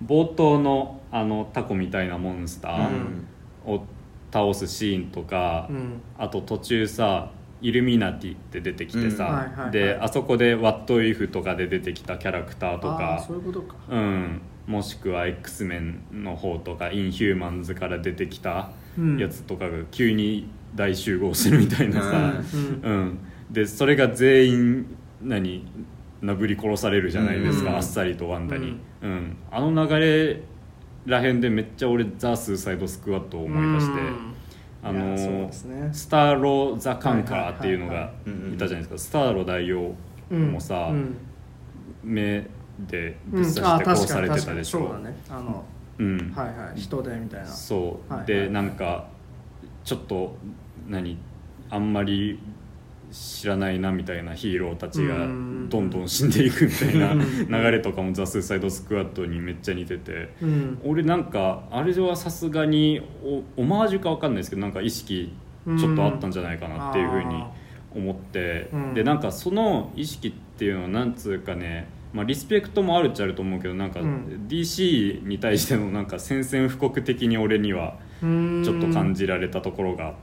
冒頭のあのタコみたいなモンスターを倒すシーンとか、うん、あと途中さイルミナティって出てきてさ、うん、はいはいはい、であそこで What If とかで出てきたキャラクターとか、 あ、そういうことか、 うん、もしくは X メンの方とかインヒューマンズから出てきたやつとかが急に大集合するみたいなさ、うんうん、でそれが全員何殴り殺されるじゃないですか、うん、あっさりとワンダに、うんうん、あの流れらへんでめっちゃ俺ザ・スーサイドスクワットを思い出して、うん、あのーね、スターロ・ザ・カンカーっていうのがいたじゃないですか。スターロ大王もさ、うん、目でぶっ刺して殺されてたでしょ、うん、そうだね、あの、うん、はいはい、 人手みたいな、 そう、はいはい、でなんかちょっと何あんまり知らないなみたいなヒーローたちがどんどん死んでいくみたいな流れとかもザ・スーサイドスクワットにめっちゃ似てて、うん、俺なんかあれはさすがに オ, オマージュか分かんないですけどなんか意識ちょっとあったんじゃないかなっていうふうに思って、うん、でなんかその意識っていうのはなんつうかね、まあ、リスペクトもあるっちゃあると思うけどなんか ディーシー に対してのなんか宣戦布告的に俺にはちょっと感じられたところがあって、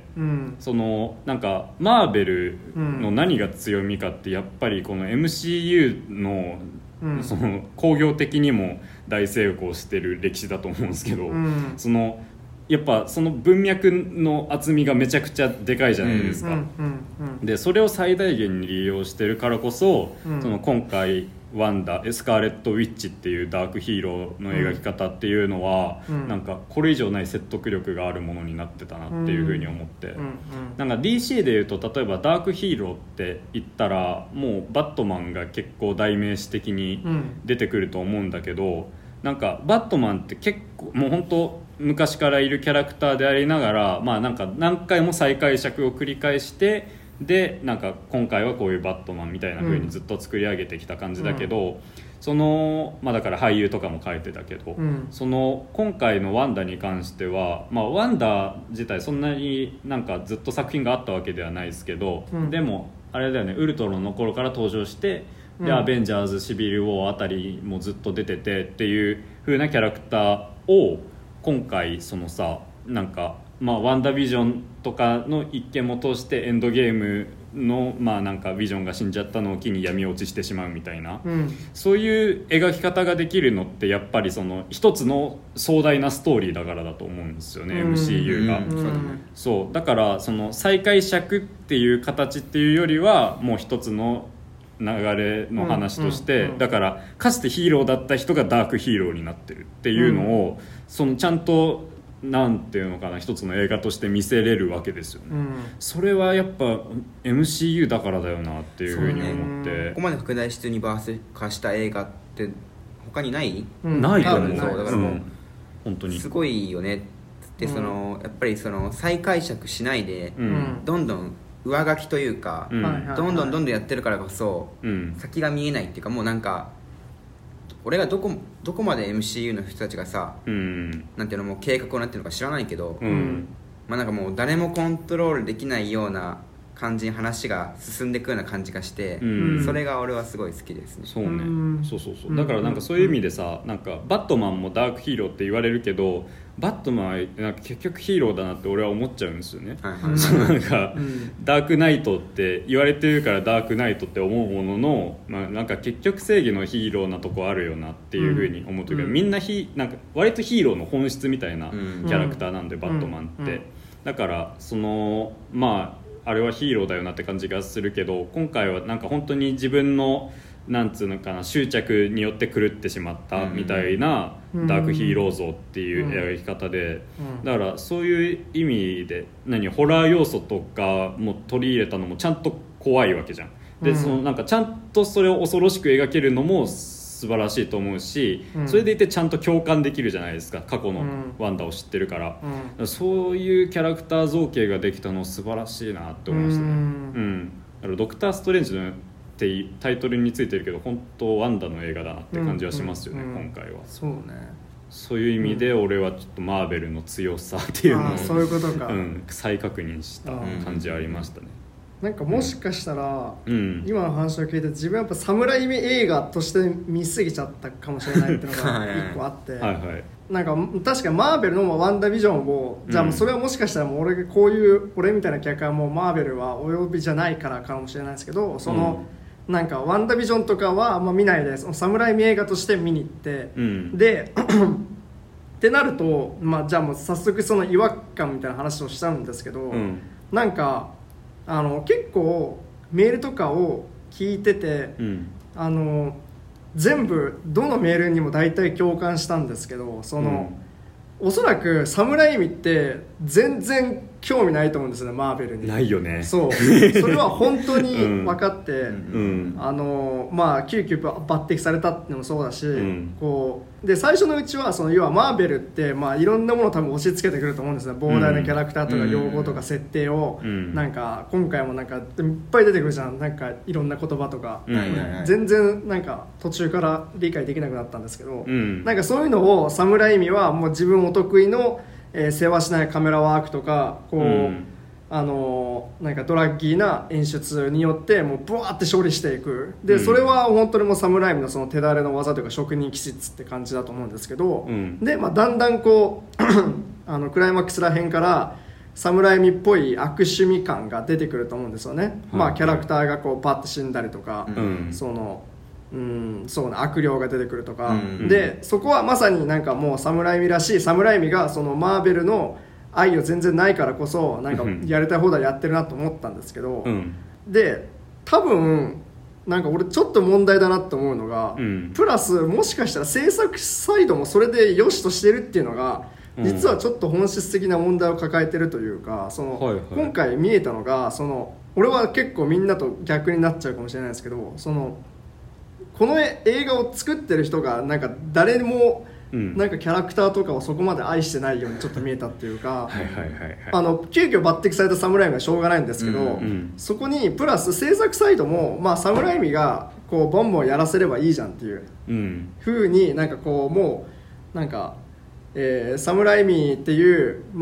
うん、そのなんかマーベルの何が強みかってやっぱりこの エムシーユー の、うん、その興行的にも大成功してる歴史だと思うんですけど、うん、そのやっぱその文脈の厚みがめちゃくちゃでかいじゃないですか、うんうんうんうん、でそれを最大限に利用してるからこそ、うん、その今回ワンダスカーレット・ウィッチっていうダークヒーローの描き方っていうのは、うん、なんかこれ以上ない説得力があるものになってたなっていうふうに思って、うんうんうん、なんか ディーシー でいうと例えばダークヒーローって言ったらもうバットマンが結構代名詞的に出てくると思うんだけど、うん、なんかバットマンって結構もう本当昔からいるキャラクターでありながら、まあ、なんか何回も再解釈を繰り返してでなんか今回はこういうバットマンみたいな風にずっと作り上げてきた感じだけど、うん、そのまあだから俳優とかも書いてたけど、うん、その今回のワンダに関しては、まあ、ワンダ自体そんなになんかずっと作品があったわけではないですけど、うん、でもあれだよねウルトロンの頃から登場してうん、でアベンジャーズシビルウォーあたりもずっと出ててっていう風なキャラクターを今回そのさなんかまあワンダービジョンとかの一見も通してエンドゲームのまあなんかビジョンが死んじゃったのを機に闇落ちしてしまうみたいな、うん、そういう描き方ができるのってやっぱりその一つの壮大なストーリーだからだと思うんですよね、うん、エムシーユー が、うん、そうだからその再解釈っていう形っていうよりはもう一つの流れの話として、うんうんうん、だからかつてヒーローだった人がダークヒーローになってるっていうのを、うん、そのちゃんとなんていうのかな一つの映画として見せれるわけですよね、うん、それはやっぱ エムシーユー だからだよなっていうふうに思って、 ね、ここまで拡大してユニバース化した映画って他にない、 うん、ないと思う。 そうだからもう、 うん、本当にすごいよねってその、うん、やっぱりその再解釈しないで、うん、どんどん上書きというか、うん、どんどんどんどんやってるからこそ、うん、先が見えないっていうかもうなんか俺がどこ、どこまで エムシーユー の人たちがさ、うん、なんていうのもう計画をなってるのか知らないけど、うん、まあなんかもう誰もコントロールできないような感じに話が進んでいくような感じがして、うん、それが俺はすごい好きですね。 そうね、うん、そうそうそうだからなんかそういう意味でさ、なんかバットマンもダークヒーローって言われるけどバットマンはなんか結局ヒーローだなって俺は思っちゃうんですよね、はいはい、そのなんか、うん、ダークナイトって言われてるからダークナイトって思うものの、まあ、なんか結局正義のヒーローなとこあるよなっていう風に思うというか、うん、みんなヒなんか割とヒーローの本質みたいなキャラクターなんで、うん、バットマンって、うん、だからそのまああれはヒーローだよなって感じがするけど今回はなんか本当に自分のなんつうのかな執着によって狂ってしまったみたいなダークヒーロー像っていう描き方で、だからそういう意味で何ホラー要素とかも取り入れたのもちゃんと怖いわけじゃん。でそのなんかちゃんとそれを恐ろしく描けるのも素晴らしいと思うし、それでいてちゃんと共感できるじゃないですか過去のワンダを知ってるから、うん、そういうキャラクター造形ができたの素晴らしいなって思いましたね。うん、うん、だからドクターストレンジのってタイトルについてるけど本当ワンダの映画だなって感じはしますよね、うんうん、今回は。 そうね、 そういう意味で俺はちょっとマーベルの強さっていうのを、 そういうことか、 うん、再確認した感じはありましたね。 なんかもしかしたら、うん、今の話を聞いて自分はやっぱ侍味映画として見すぎちゃったかもしれないっていうのが一個あってはい、はい、なんか確かにマーベルのワンダービジョンをじゃあもうそれはもしかしたらもう俺がこういう俺みたいなキャラクターはもうマーベルはお呼びじゃないからかもしれないですけど、その、うん、なんかワンダービジョンとかはあんま見ないでその侍味映画として見に行って、うん、でってなると、まあ、じゃあもう早速その違和感みたいな話をしたんですけど、うん、なんかあの結構メールとかを聞いてて、うん、あの全部どのメールにも大体共感したんですけど、その、うん、おそらく侍味って全然興味ないと思うんですよねマーベルに。 ないよね。 そうそれは本当に分かって、うん、あのまあ急遽抜擢されたっていうのもそうだし、うん、こうで最初のうちはその要はマーベルって、まあ、いろんなものを多分押し付けてくると思うんですね。膨大なキャラクターとか用語とか設定を、うん、なんか今回もなんかいっぱい出てくるじゃん、なんかいろんな言葉とか、うん、全然なんか途中から理解できなくなったんですけど、うん、なんかそういうのを侍味はもう自分お得意のえー、世話しないカメラワークとかこう、うん、あのー、なんかドラッギーな演出によってもうブワーって処理していくで、うん、それは本当にもう侍味のその手だれの技というか職人気質って感じだと思うんですけど、うん、で、まあ、だんだんこうあのクライマックスらへんから侍味っぽい悪趣味感が出てくると思うんですよね、はい、まあ、キャラクターがこうパッと死んだりとか、うん、そのうん、そうね、悪霊が出てくるとか、うんうん、でそこはまさになんかもう侍味らしい侍味がそのマーベルの愛を全然ないからこそなんかやりたい放題やってるなと思ったんですけど、うん、で多分なんか俺ちょっと問題だなと思うのが、うん、プラスもしかしたら制作サイドもそれで良しとしてるっていうのが実はちょっと本質的な問題を抱えてるというか、その、はいはい、今回見えたのがその俺は結構みんなと逆になっちゃうかもしれないですけど、そのこの映画を作ってる人がなんか誰もなんかキャラクターとかをそこまで愛してないようにちょっと見えたっていうか、あの急遽抜擢された侍味はしょうがないんですけど、うんうん、そこにプラス制作サイドもまあ侍味がこうボンボンやらせればいいじゃんっていう風になんかこうもうなんか、えー、侍味っていうまあ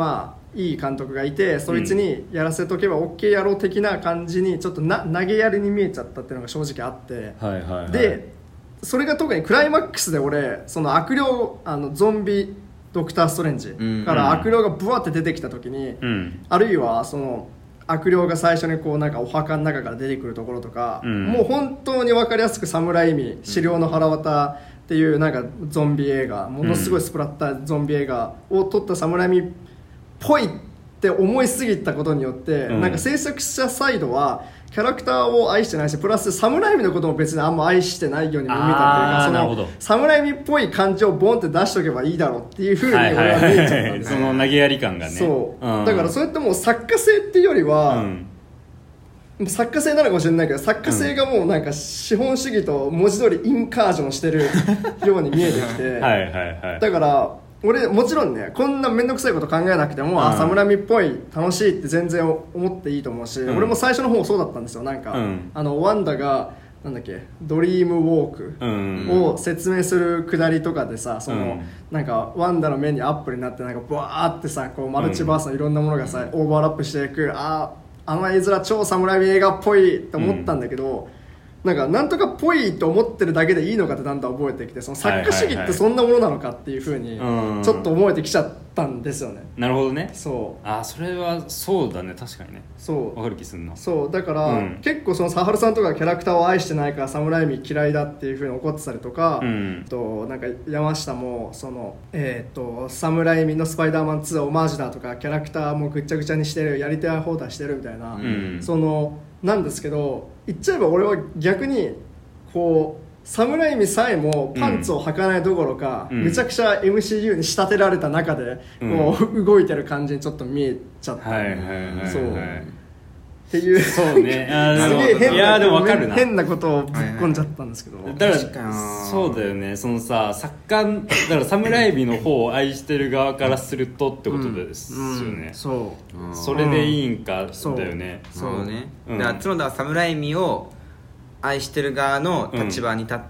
いい監督がいてそいつにやらせとけば OK やろう的な感じにちょっとな投げやりに見えちゃったっていうのが正直あって、 はいはいはい、 でそれが特にクライマックスで俺その悪霊あのゾンビドクターストレンジから悪霊がブワって出てきた時に、うん、あるいはその悪霊が最初にこうなんかお墓の中から出てくるところとか、うん、もう本当に分かりやすく侍意味死霊の腹渡っていうなんかゾンビ映画ものすごいスプラッターゾンビ映画を撮った侍意味っぽいって思いすぎたことによって、うん、なんか制作者サイドはキャラクターを愛してないしプラス侍味のことも別にあんま愛してないように見えたっていうかその侍味っぽい感じをボンって出しとけばいいだろうっていう風に俺は見えちゃったんです、 その投げやり感がねそう、うん、だからそれってもう作家性っていうよりは、うん、作家性なのかもしれないけど作家性がもうなんか資本主義と文字通りインカージョンしてるように見えてきてはいはい、はい、だから俺もちろんねこんな面倒くさいこと考えなくても、うん、あ侍味っぽい楽しいって全然思っていいと思うし、うん、俺も最初の方そうだったんですよなんか、うん、あのワンダがなんだっけドリームウォークを説明するくだりとかでさその、うん、なんかワンダの目にアップになってなんかブワーってさこうマルチバースのいろんなものがさ、うん、オーバーラップしていくああの絵面超侍味映画っぽいって思ったんだけど、うん、なんかなんとかっぽいと思ってるだけでいいのかってだんだん覚えてきてその作家主義ってそんなものなのかっていう風にちょっと思えてきちゃったんですよね。 なるほどね。 そうあそれはそうだね確かにねそう分かる気すんな。 そうだから、うん、結構そのサハルさんとかキャラクターを愛してないから侍味嫌いだっていう風に怒ってたりとか、うん、となんか山下もそのえっ、ー、と侍味のスパイダーマンツーオマージュだとかキャラクターもぐっちゃぐちゃにしてるやりたい放題してるみたいな、うん、そのなんですけど言っちゃえば俺は逆にこう侍味さえもパンツを履かないどころか、うん、めちゃくちゃ エムシーユー に仕立てられた中でこう、うん、動いてる感じにちょっと見えちゃった、はいはいはいはい、そうっていうそうねすげえ変な、でも分かるな変なことをぶっ込んじゃったんですけど、はいはい、 だからそうだよねそのさ作家だから侍味の方を愛してる側からするとってことですよね、うんうん、そうそれでいいんかだよね、 うん、そうね、うん、だから角田は侍味を愛してる側の立場に立って、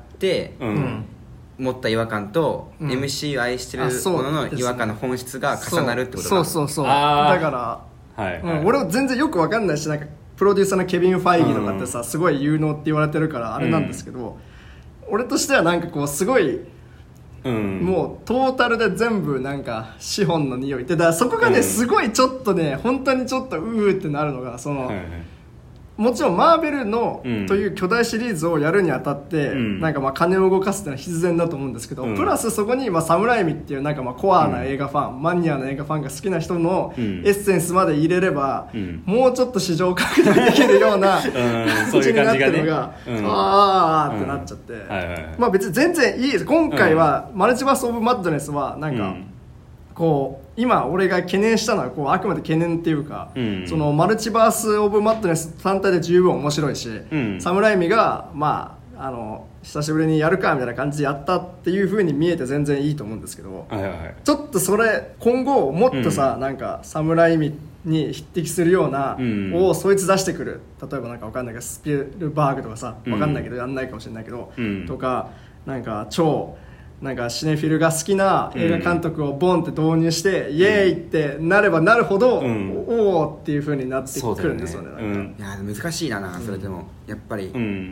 うん、持った違和感と、うん、エムシーユー を愛してるものの違和感の本質が重なるってことか。 そうそうそうそうだからはいはい、うん、俺は全然よく分かんないしなんかプロデューサーのケビン・ファイギーとかってさ、うん、すごい有能って言われてるからあれなんですけど、うん、俺としてはなんかこうすごい、うん、もうトータルで全部なんか資本の匂いってだからそこがね、うん、すごいちょっとね本当にちょっとうーってなるのがその、はいはいもちろんマーベルの、うん、という巨大シリーズをやるにあたって、うん、なんかまあ金を動かすっていうのは必然だと思うんですけど、うん、プラスそこにまあサムライミっていうなんかまあコアな映画ファン、うん、マニアな映画ファンが好きな人のエッセンスまで入れれば、うん、もうちょっと市場拡大できるような感じになってるのが、うん、あーってなっちゃって、うんはいはいはい、まあ別に全然いいです今回は、マルチバース・オブ・マッドネスはなんか、うんこう今俺が懸念したのはこうあくまで懸念っていうか、うん、そのマルチバース・オブ・マッドネス単体で十分面白いし、うん、サムライミがまああの久しぶりにやるかみたいな感じでやったっていう風に見えて全然いいと思うんですけど、はいはい、ちょっとそれ今後もっとさ、うん、なんかサムライミに匹敵するような、うん、をそいつ出してくる例えばなんか分かんないけどスピルバーグとかさ分かんないけどやんないかもしれないけど、うん、とかなんか超なんかシネフィルが好きな映画監督をボンって導入して、うん、イエーイってなればなるほど、うん、おおっていう風になってくるんですよね。 そうだよね、うん、いや難しいなそれでも、やっぱり、うん、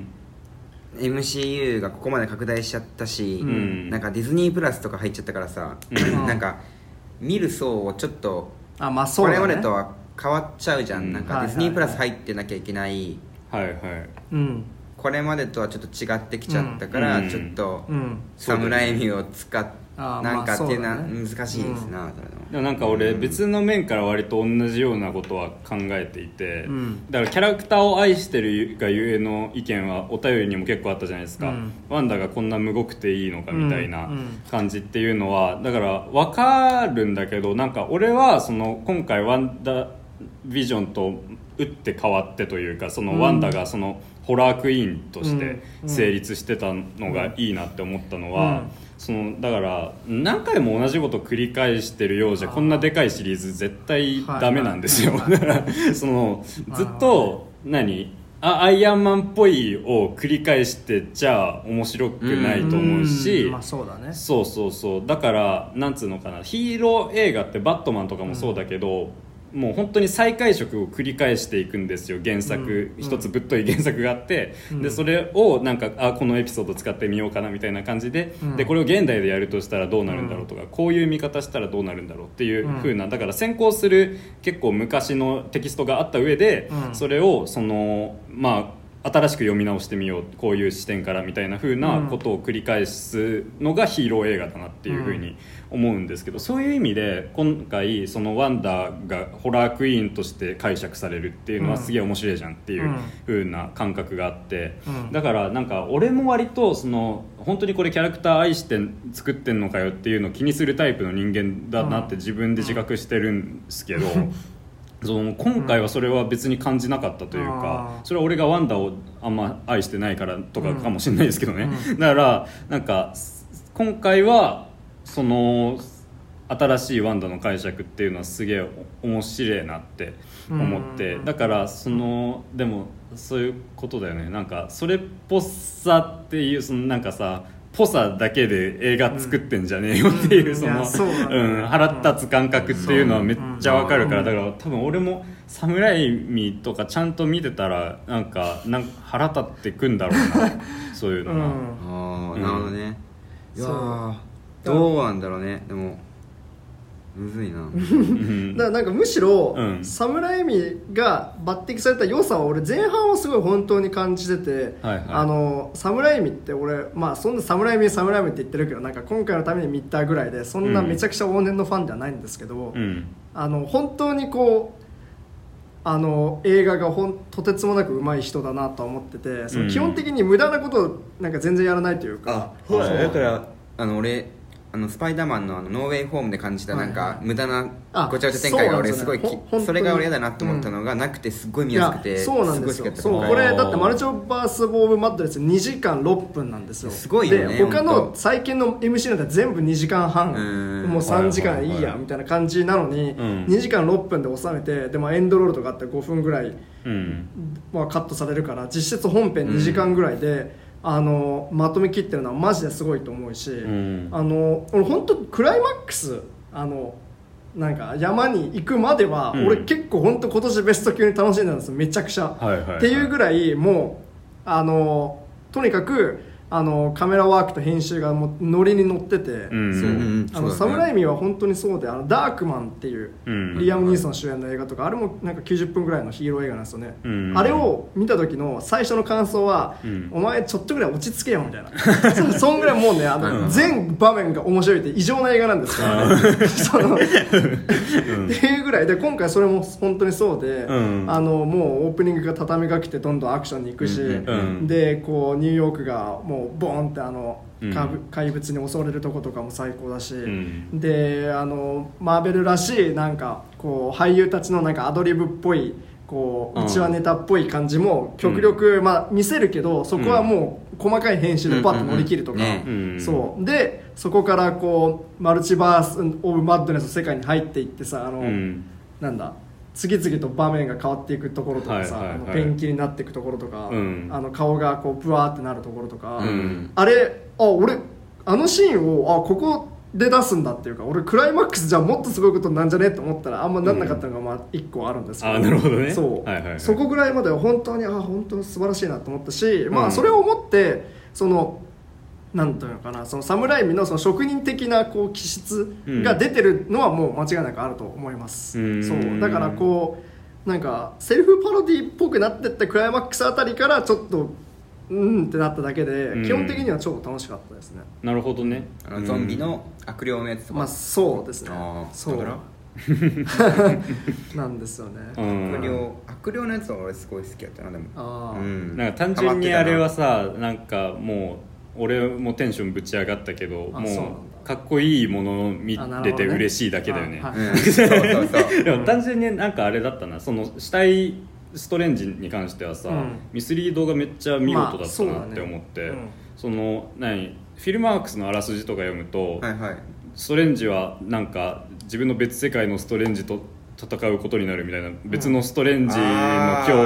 エムシーユー がここまで拡大しちゃったし、うん、なんかディズニープラスとか入っちゃったからさ、うん、なんか見る層をちょっとあ、まあそうだね、これまでとは変わっちゃうじゃん、うん、なんかディズニープラス入ってなきゃいけないはいはい、うんこれまでとはちょっと違ってきちゃったから、うん、ちょっと侍味を使ってなんかっていうのは難しいですな、うん、 でもなんか俺別の面から割と同じようなことは考えていて、うん、だからキャラクターを愛してるがゆえの意見はお便りにも結構あったじゃないですか、うん、ワンダがこんなむごくていいのかみたいな感じっていうのはだから分かるんだけどなんか俺はその今回ワンダビジョンと打って変わってというかそのワンダがそのホラークイーンとして成立してたのがいいなって思ったのは、うんうん、そのだから何回も同じこと繰り返してるようじゃこんなでかいシリーズ絶対ダメなんですよ、だからそのずっと何あアイアンマンっぽいを繰り返してじゃあ面白くないと思うし、 うんまあそうだね、 そうそうそうだからなんつうのかな、ヒーロー映画ってバットマンとかもそうだけど、うん、もう本当に再解釈を繰り返していくんですよ原作、うん、一つぶっとい原作があって、うん、でそれをなんかあこのエピソード使ってみようかなみたいな感じで、うん、でこれを現代でやるとしたらどうなるんだろうとか、うん、こういう見方したらどうなるんだろうっていう風な、だから先行する結構昔のテキストがあった上で、うん、それをそのまあ新しく読み直してみようこういう視点からみたいな風なことを繰り返すのがヒーロー映画だなっていう風に思うんですけど、そういう意味で今回そのワンダがホラークイーンとして解釈されるっていうのはすげえ面白いじゃんっていう風な感覚があって、だからなんか俺も割とその本当にこれキャラクター愛して作ってんのかよっていうのを気にするタイプの人間だなって自分で自覚してるんですけど、その今回はそれは別に感じなかったというか、うん、それは俺がワンダをあんま愛してないからとかかもしれないですけどね、うん、だからなんか今回はその新しいワンダの解釈っていうのはすげえ面白いなって思って、うん、だからそのでもそういうことだよね、なんかそれっぽさっていうそのなんかさぽさだけで映画作ってんじゃねえよっていう、うん、そのそうん、腹立つ感覚っていうのはめっちゃわかるから、だから多分俺もサムライミとかちゃんと見てたらなんかなんか腹立ってくんだろうなそういうのが、うん、 ああなるほどね、いやどうなんだろうね、でもむずいなだからなんかむしろ、うん、サムライミが抜擢された良さは俺前半はすごい本当に感じてて、はいはい、あのサムライミって俺まあそんなサムライミサムライミって言ってるけどなんか今回のために見たぐらいでそんなめちゃくちゃ往年のファンではないんですけど、うん、あの本当にこうあの映画がほんとてつもなく上手い人だなと思ってて、その基本的に無駄なことをなんか全然やらないというか、 うん、あそうだからあの俺あのスパイダーマン の, あのノーウェイホームで感じたなんか、はいはい、無駄なごちゃごちゃ展開が俺すごい そ,、ね、それが俺嫌だなと思ったのがなくてすごい見やすくて、 そうなんですよ、そうこれだってマルチオバース・オブ・マッドレスにじかんろっぷんなんですよ、 すごいよね、 で他の最近の エムシー なんて全部にじかんはんもうさんじかんいいやみたいな感じなのに、うん、にじかんろっぷんで収めて、でもエンドロールとかあってごふんぐらい、うんまあ、カットされるから実質本編にじかんぐらいで、うんあのまとめきってるのはマジですごいと思うし、うん、あの俺本当クライマックスあのなんか山に行くまでは、うん、俺結構本当今年ベスト級に楽しんだんですよめちゃくちゃ、はいはいはい、っていうぐらいもうあのとにかくあのカメラワークと編集がもうノリに乗ってて、うんそうあのサムライミは本当にそうで、あのダークマンっていう、うん、リアム・ニーソン主演の映画とか、あれもなんかきゅうじゅっぷんぐらいのヒーロー映画なんですよね、うん、あれを見た時の最初の感想は、うん、お前ちょっとぐらい落ち着けよみたいなそ, そんぐらいもうねあの、うん、全場面が面白いって異常な映画なんですよ、そのっていうぐらいで今回それも本当にそうで、うん、あのもうオープニングが畳みが来てどんどんアクションに行くし、うんうん、でこうニューヨークがもうボーンってあの、うん、怪物に襲われるとことかも最高だし、うん、であのマーベルらしいなんかこう俳優たちのなんかアドリブっぽいこう内輪ネタっぽい感じも極力、うんまあ、見せるけどそこはもう細かい編集でパッと乗り切るとか、そうでそこからこうマルチバース・オブ・マッドネスの世界に入っていってさあの、うん、なんだ次々と場面が変わっていくところとかさ、はいはいはい、あのペンキになっていくところとか、うん、あの顔がこうブワーってなるところとか、うん、あれあ俺あのシーンをあここで出すんだっていうか俺クライマックスじゃもっとすごいことなんじゃねって思ったらあんまなんなかったのがまあいっこあるんですけど、 うん、あなるほどねそう、はいはいはい、そこぐらいまでは本当にあ本当に素晴らしいなと思ったし、うん、まあそれを思ってそのなんていうのかなそのサムライミのその職人的なこう気質が出てるのはもう間違いなくあると思います、うん、そうだからこうなんかセルフパロディっぽくなってったクライマックスあたりからちょっとうんってなっただけで、うん、基本的には超楽しかったですね。 なるほどね。 あのゾンビの悪霊のやつとか、 まあそうですね。そうなんですよね、 うん、悪霊悪霊のやつは俺すごい好きだったなでもあ、うん、なんか単純にあれはさなんかもう俺もテンションぶち上がったけどもうかっこいいものを見れて嬉しいだけだよね。でも単純になんかあれだったなその死体ストレンジに関してはさ、うん、ミスリードがめっちゃ見事だったなって思って、まあ そ, ねうん、その何フィルマークスのあらすじとか読むと、はいはい、ストレンジはなんか自分の別世界のストレンジと戦うことになるみたいな別のストレンジの恐怖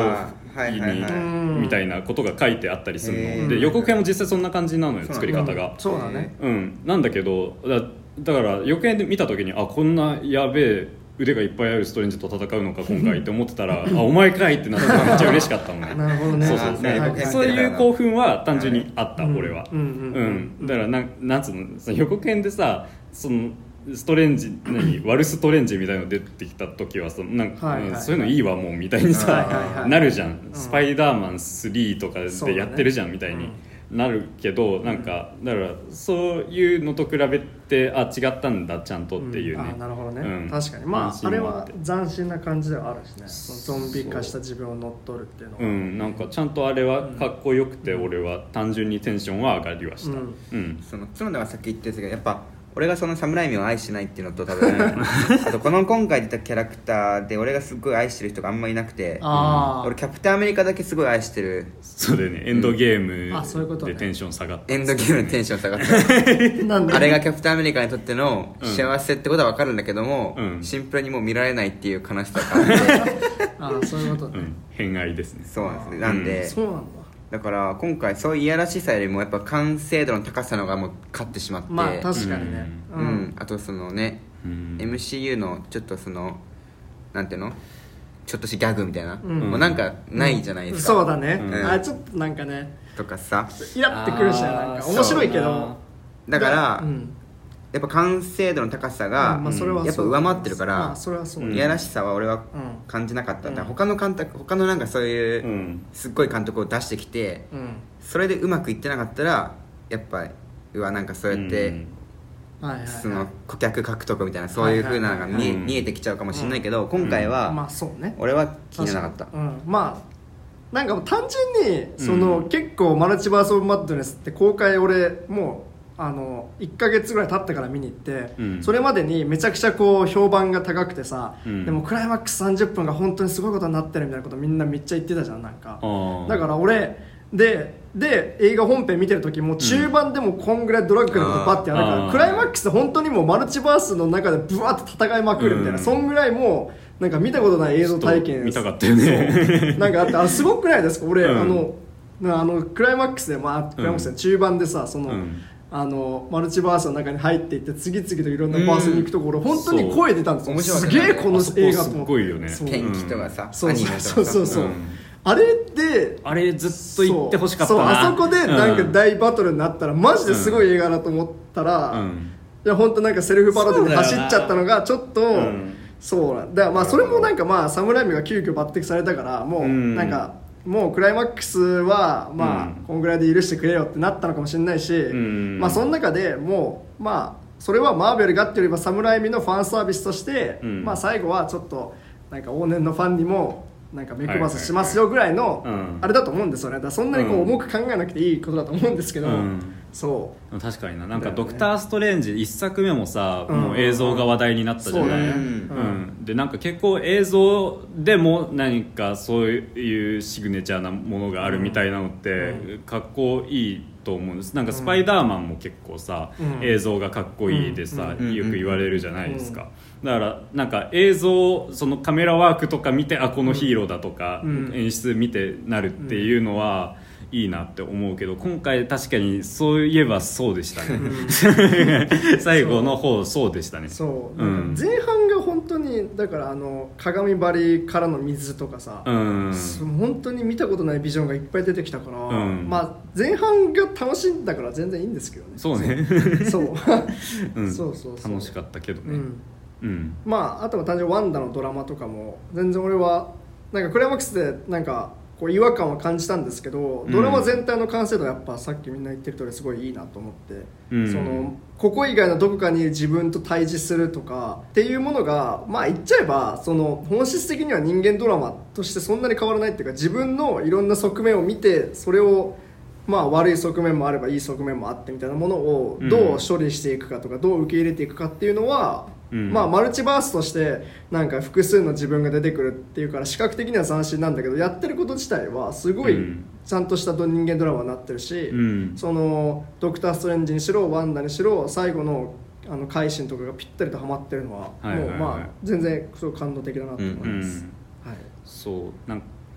みたいなことが書いてあったりするので、予告編も実際そんな感じなのよ、作り方が。 そうだね、 うん、なんだけど だ, だから予告編で見た時にあこんなやべえ腕がいっぱいあるストレンジと戦うのか今回って思ってたらあお前かいってなってめっちゃ嬉しかったのね。 なるほどね。 そうそうそう、はい、そういう興奮は単純にあった、はい、俺は、うんうんうん、だからななんつうの、その予告編でさそのストレンジ何ワルストレンジみたいなの出てきた時はそのなんか、はいはいはい、そういうのいいわもうみたいにさ、はいはいはい、なるじゃん、うん、スパイダーマンスリーとかでやってるじゃん、ね、みたいになるけど、なんかだからそういうのと比べてあ違ったんだちゃんとっていうね、 うん、あなるほどね、うん、確かにまああれは斬新な感じではあるしね、そのゾンビ化した自分を乗っ取るっていうのは、 うん、なんかちゃんとあれはかっこよくて、俺は単純にテンションは上がりはした、うんうん、その角田がさっき言ってたけどやっぱ俺がその侍味を愛してないっていうのと多分あとこの今回出たキャラクターで俺がすごい愛してる人があんまりいなくて、あ俺キャプテンアメリカだけすごい愛してる。 そうだよね、エンドゲームでテンション下がった、 エンドゲームでテンション下がったなんであれがキャプテンアメリカにとっての幸せってことは分かるんだけども、うん、シンプルにもう見られないっていう悲しさがあってああそういうことね、うん、 偏愛ですね。 そうなんですね。なんで、 うん、そうなんだ。 だから今回そういういやらしさよりもやっぱ完成度の高さのがもう勝ってしまって、 まあ確かにね、 うんうん、あとそのね、うん、エムシーユー のちょっとそのなんていうのちょっとしたギャグみたいな、うん、もうなんかないじゃないですか、 うん、そうだね、うん、あちょっとなんかねとかさイラってくるしなんか面白いけどだから、うん、やっぱ完成度の高さが、うんまあ、それはやっぱ上回ってるから、まあ、それはそういやらしさは俺は感じなかった、うん、だから他の監督他のなんかそういうすっごい監督を出してきて、うん、それでうまくいってなかったらやっぱうわなんかそうやって、うんその顧客獲得みたいなそういう風なのが見え、見えてきちゃうかもしれないけど、うん、今回は、うんまあそうね、俺は気にならなかった、 うん、まあなんか単純にその、うん、結構マルチバース・オブ・マッドネスって公開俺もうあのいっかげつぐらい経ってから見に行って、うん、それまでにめちゃくちゃこう評判が高くてさ、うん、でもクライマックスさんじゅっぷんが本当にすごいことになってるみたいなことみんなめっちゃ言ってたじゃんなんかだから俺でで映画本編見てる時も中盤でもこんぐらいドラッグなことバッてやるから、うん、クライマックスで本当にもうマルチバースの中でブワッと戦いまくるみたいな、うん、そんぐらいもうなんか見たことない映像体験見たかったよねなんかあってあすごくないですか俺、うん、あのあのクライマックスで、まあ、クライマックスで中盤でさその、うんあのマルチバースの中に入っていって次々といろんなバースに行くところ、うん、本当に声出たんですよ。面白い、すげえこの映画と思って。すごいよね。 天気とかさ、 そうそうそうそう、うん、あれであれずっと言ってほしかったな。 そうあそこでなんか大バトルになったら、うん、マジですごい映画だと思ったら、うん、いや本当なんかセルフパロディで走っちゃったのがちょっと、うん、そうなんだからまあそれもなんかまあ侍が急遽抜擢されたからもうなんか。うんもうクライマックスはまあこんぐらいで許してくれよってなったのかもしれないし、うん、まあその中でもうまあそれはマーベルがっていうよりはサムライミのファンサービスとして、うん、まあ最後はちょっとなんか往年のファンにもなんか目配せしますよぐらいのあれだと思うんですよね。だからそんなにこう重く考えなくていいことだと思うんですけど、うん、そう確かにななんかドクターストレンジいっさくめもさ、うん、もう映像が話題になったじゃない、うんうん、でなんか結構映像でも何かそういうシグネチャーなものがあるみたいなのってかっこいいと思うんです。なんかスパイダーマンも結構さ、うん、映像がかっこいいでさ、うん、よく言われるじゃないですか、うん、だからなんか映像そのカメラワークとか見てあこのヒーローだとか、うん、演出見てなるっていうのは、うんいいなって思うけど今回確かにそういえばそうでしたね、うん、最後の方そうでしたね。 そう、うん、前半が本当にだからあの鏡張りからの水とかさ、うん、本当に見たことないビジョンがいっぱい出てきたから、うん、まあ前半が楽しいんだから全然いいんですけどね。 そうねそう、 うん、そうそうそう楽しかったけどね、うんうん、まああとは単純にワンダのドラマとかも全然俺はなんかクライマックスでなんかこう違和感は感じたんですけどドラマ全体の完成度はやっぱさっきみんな言ってる通りすごいいいなと思って、うん、そのここ以外のどこかに自分と対峙するとかっていうものがまあ言っちゃえばその本質的には人間ドラマとしてそんなに変わらないっていうか自分のいろんな側面を見てそれをまあ悪い側面もあればいい側面もあってみたいなものをどう処理していくかとかどう受け入れていくかっていうのはうん、まあマルチバースとしてなんか複数の自分が出てくるっていうから視覚的には斬新なんだけどやってること自体はすごいちゃんとした人間ドラマになってるし、うん、そのドクターストレンジにしろワンダにしろ最後のあの改心とかがぴったりとハマってるのは、はいはいはい、もうまあ全然すごい感動的だなと思います、うんうんはい、そうなんか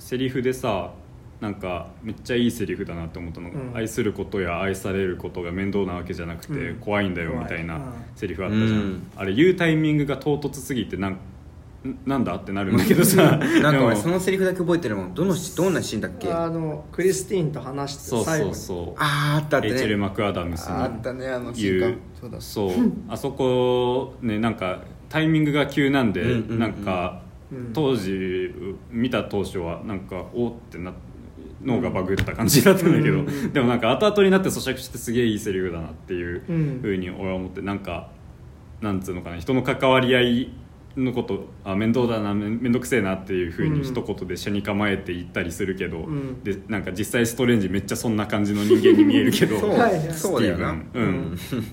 セリフでさなんかめっちゃいいセリフだなって思ったのが、うん、愛することや愛されることが面倒なわけじゃなくて、うん、怖いんだよみたいなセリフあったじゃん、うん、あれ言うタイミングが唐突すぎてなんなんだってなるんだけどさなんか俺そのセリフだけ覚えてるもん。どのどんなシーンだっけ。 あのクリスティーンと話して最後にそうそうそう、 あーあったってね、 レイチェル・マクアダムスのあったねあのシーンそうだそうあそこねなんかタイミングが急なんで、うんうんうん、なんか当時見た当初はなんかおーってな脳がバグった感じだったんだけど、うん、でもなんか後々になって咀嚼してすげえいいセリフだなっていう風に俺は思って、なんかなんつうのかな、人の関わり合いのことあ面倒だなめんどくせえなっていう風に一言で車に構えて言ったりするけど、うん、でなんか実際ストレンジめっちゃそんな感じの人間に見えるけどそうスティーブン、うん、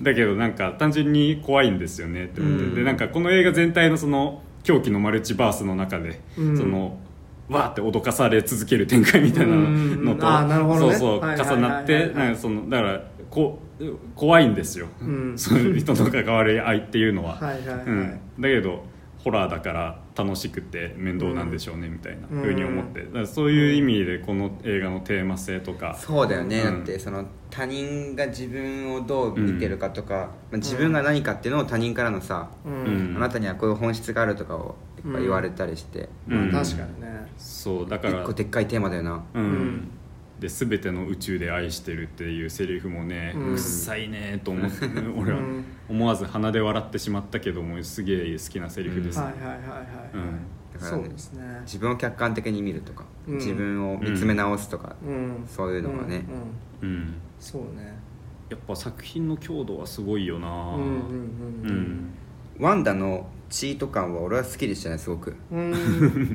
だけどなんか単純に怖いんですよねって思って、うん、でなんかこの映画全体のその狂気のマルチバースの中で、うん、そのわーって脅かされ続ける展開みたいなのと、 あ、なるほどね、 そうそう重なってなんかそのだからこ怖いんですよ、うん、そういう人の関わり合いっていうのは、はいはいはい、うん、だけどホラーだから楽しくて面倒なんでしょうねみたいな風に思って、だからそういう意味でこの映画のテーマ性とか、 そうだよね、うん、だってその他人が自分をどう見てるかとか、うん、自分が何かっていうのを他人からのさ、うん、あなたにはこういう本質があるとかをいっぱい言われたりして、 うんまあ、確かにね、 そうだから一個でっかいテーマだよな、 うんうんで全ての宇宙で愛してるっていうセリフもね、うん、臭いねと思って、ね、俺は思わず鼻で笑ってしまったけどもすげえ好きなセリフです、 うん、はいはいはいはい、うん、だから、ね、そうですね、 自分を客観的に見るとか、うん、自分を見つめ直すとか、うん、そういうのがね、 うんうんうん、そうね、 やっぱ作品の強度はすごいよな、うんうんうんうん、ワンダのチート感は俺は好きでしたねすごく、うん、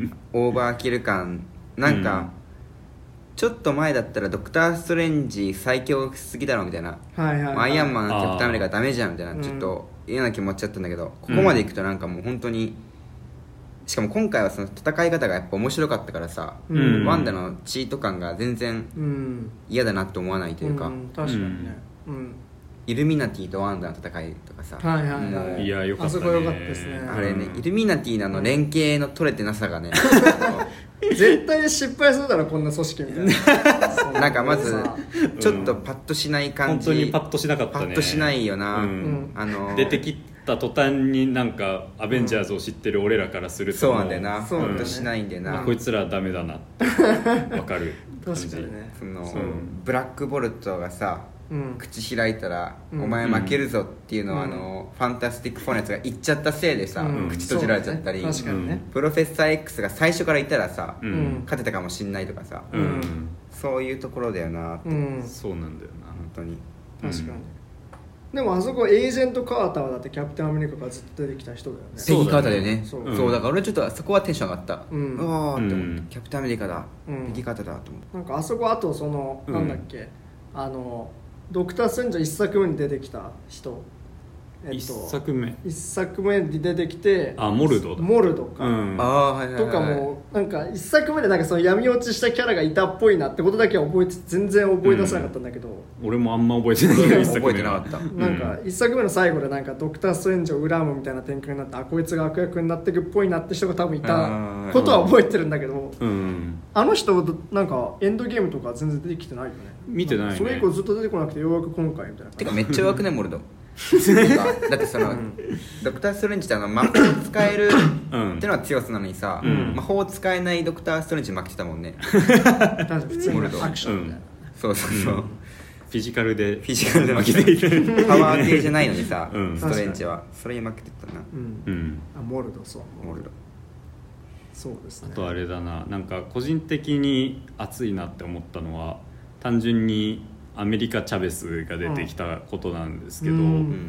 オーバーキル感なんか、うんちょっと前だったらドクター・ストレンジ最強すぎだろみたいな、はいはいはい、アイアンマン、キャプテンアメリカダメじゃんみたいなちょっと嫌な気持ちだったんだけど、ここまでいくとなんかもう本当に、しかも今回はその戦い方がやっぱ面白かったからさ、うん、ワンダのチート感が全然嫌だなと思わないというか、うん、 確かにね、うん、 イルミナティとワンダの戦いとかさ、 はいはいはい、 いやよかったね、 あそこよかったですね、 あれね、イルミナティのあの連携の取れてなさがね絶対失敗するだろこんな組織みたいななんかまずちょっとパッとしない感じ、 うん、本当にパッとしなかったね、 パッとしないよな、うん、 あのー、出てきた途端になんかアベンジャーズを知ってる俺らからすると、 そうなんだよな、パッとしないんだよな、 こいつらダメだなって分かる感じ。確かにね、 そのブラックボルトがさ、うん、口開いたら、うん、お前負けるぞっていうのを、うん、あのファンタスティック・フォーのやつが言っちゃったせいでさ、うん、口閉じられちゃったり、ね確かにね、プロフェッサー X が最初から言ったらさ、うん、勝てたかもしんないとかさ、うん、そういうところだよなって、うん、 そうなんだよな本当に確かに、うん、でもあそこエージェント・カーターはだってキャプテンアメリカからずっと出てきた人だよね。 ペギー・カーターだよね。そう、そうだから俺ちょっとそこはテンション上がった、うん、うわーって思って、うん、キャプテンアメリカだ、うん、ペギー・カーターだと思って、 なんかあそこあとその、うん、なんだっけあのドクター・ストレンジャー一作目に出てきた人、 えっと、一作目一作目に出てきて、 あモルドだモルドか、うん、 あはいはいはい、 とかもなんか一作目でなんかその闇落ちしたキャラがいたっぽいなってことだけは覚えて全然覚え出せなかったんだけど、 うん、俺もあんま覚えてないけど一作目覚えてなかったなんか一作目の最後でなんかドクター・ストレンジを恨むみたいな展開になって、あこいつが悪役になってくっぽいなって人が多分いたことは覚えてるんだけど、うん、あの人なんかエンドゲームとか全然出てきてないよね。 見てないね。 それ以降ずっと出てこなくてようやく今回みたいな。 てかめっちゃ弱くねモルドだってその、うん、ドクター・ストレンジってあの魔法を使えるっていうのは強さなのにさ、うん、魔法を使えないドクター・ストレンジ負けてたもんね普通にアクションみたいな、うん、 そうそうそう、うん、 フィジカルでフィジカルで負けているパワー系じゃないのにさ、うん、ストレンジはそれに負けてたな、うんうん、あモルドそうモルドそうですね。 あとあれだな、なんか個人的に熱いなって思ったのは単純にアメリカ・チャベスが出てきたことなんですけど、うん、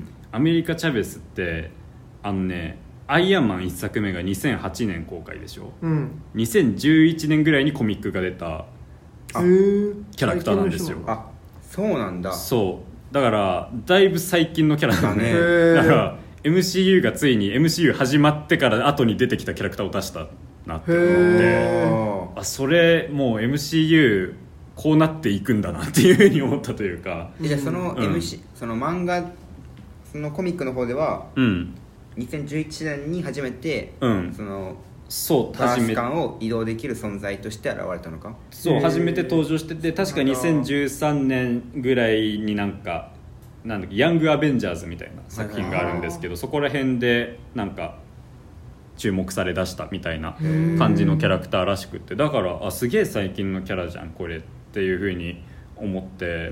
アメリカ・チャベスってあのねアイアンマンいっさくめがにせんはちねん公開でしょ、うん、にせんじゅういちねんぐらいにコミックが出たキャラクターなんですよ。 あそうなんだ。 そうだからだいぶ最近のキャラクターねだから エムシーユー がついに エムシーユー 始まってから後に出てきたキャラクターを出したなって思って、あそれもう エムシーユーこうなっていくんだなっていうふうに思ったというか、 じゃあその エムシー、うん、その漫画そのコミックの方では、うん、にせんじゅういちねんに初めて、うん、そのそうバース間を移動できる存在として現れたのか。 そう初めて登場してて、確かにせんじゅうさんねんぐらいになんかなんだっけヤングアベンジャーズみたいな作品があるんですけど、そこら辺でなんか注目されだしたみたいな感じのキャラクターらしくって、だからあすげえ最近のキャラじゃんこれっていう風に思って、うんうん、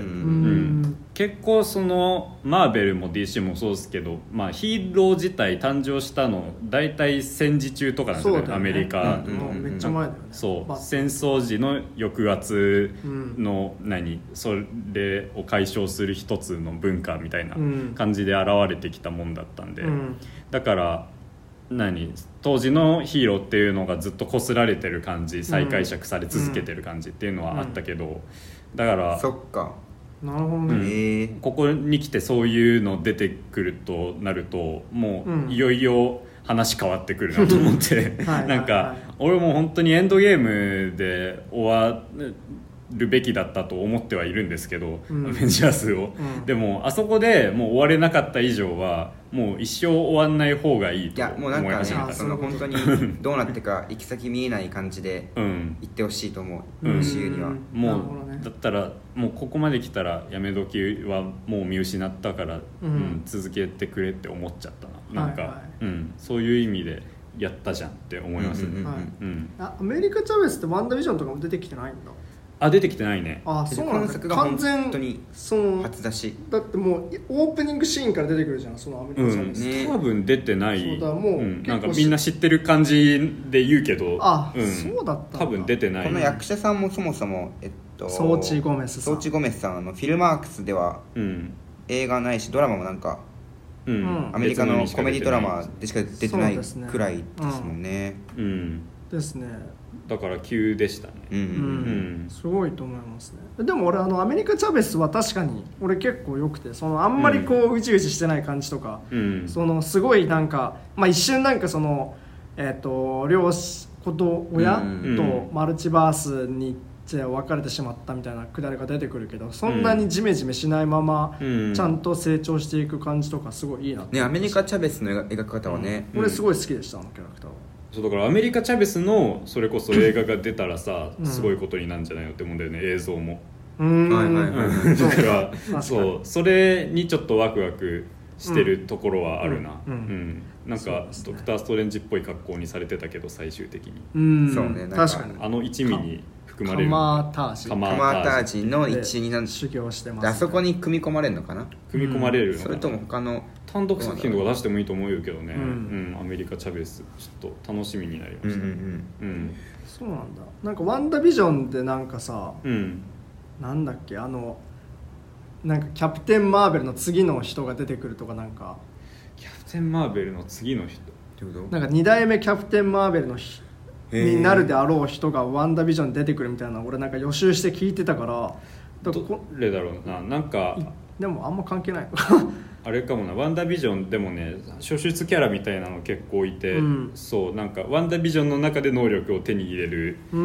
結構そのマーベルも ディーシー もそうですけど、まあ、ヒーロー自体誕生したの大体戦時中とかなんですよね、アメリカの、 うんうん、めっちゃ前だよね。 そう戦争時の抑圧の何、それを解消する一つの文化みたいな感じで現れてきたもんだったんで、うん、だから何当時のヒーローっていうのがずっとこすられてる感じ、再解釈され続けてる感じっていうのはあったけど、うんうんだからそっかなるほどね、うんえー、ここに来てそういうの出てくるとなるともういよいよ話変わってくるなと思ってなんか俺も本当にエンドゲームで終わるべきだったと思ってはいるんですけど、うん、アベンジャーズを、うん、でもあそこでもう終われなかった以上はもう一生終わんない方がいいと思い始めた。 いやもうなんかねその本当にどうなってか行き先見えない感じで行ってほしいと思う、うん、エムシーユー にはもう、ね、だったらもうここまで来たらやめ時はもう見失ったから、うんうん、続けてくれって思っちゃったな、なんか、はいはいうん、そういう意味でやったじゃんって思いますね、うんうんうんはいうん、あアメリカ・チャベスってワンダービジョンとかも出てきてないんだ。 あ出てきてないね。 あそうなんだ。完全本当に初出しだってもうオープニングシーンから出てくるじゃんそのアメリカさん、 うんね、多分出てないそうだもう、うん、なんかみんな知ってる感じで言うけどあ、うん、そうだった多分出てない。 この役者さんもそもそもえっとソーチ・ゴメスさんソーチ・ゴメスさんあのフィルマークスでは、うん、映画ないしドラマもなんか、うん、アメリカのコメディドラマでしか出てないくらいですもんね。 うん、うん、ですね。 だから急でしたね、うんうんうん、すごいと思いますね。でも俺あのアメリカ・チャベスは確かに俺結構良くてそのあんまりこううちうちしてない感じとか、うん、そのすごいなんか、まあ、一瞬なんかそのえっ、ー、と両子と親とマルチバースに分かれてしまったみたいなくだりが出てくるけどそんなにジメジメしないままちゃんと成長していく感じとかすごいいいなって、 ね、アメリカ・チャベスの描き方はね、 うん、俺すごい好きでしたあのキャラクターは。 そうだからアメリカ・チャベスのそれこそ映画が出たらさ、うん、すごいことになるんじゃないのって思うんだよね映像も。うんはいはいはいだからそうそれにちょっとワクワクしてるところはあるな、うんうんうん、なんか、ね、ドクター・ストレンジっぽい格好にされてたけど最終的にうんそうね確かにあの一味に含まれるカマータージカマータージの一になる修行してます、ね、 あそこに組み込まれるのかな組み込まれるのかな、 それとも他の単独作品とか出してもいいと思うけどね、うんうん、アメリカ・チャベスちょっと楽しみになりました、うんうんうん、 そうなんだ。なんかワンダービジョンでなんかさ、うん、なんだっけあのなんかキャプテン・マーベルの次の人が出てくるとかなんかキャプテン・マーベルの次の人なんかに代目キャプテン・マーベルのになるであろう人がワンダービジョンに出てくるみたいな俺なんか予習して聞いてたからどれだろうななんかでもあんま関係ないあれかもなワンダービジョンでもね初出キャラみたいなの結構いて、うん、そうなんかワンダービジョンの中で能力を手に入れる、うんうん、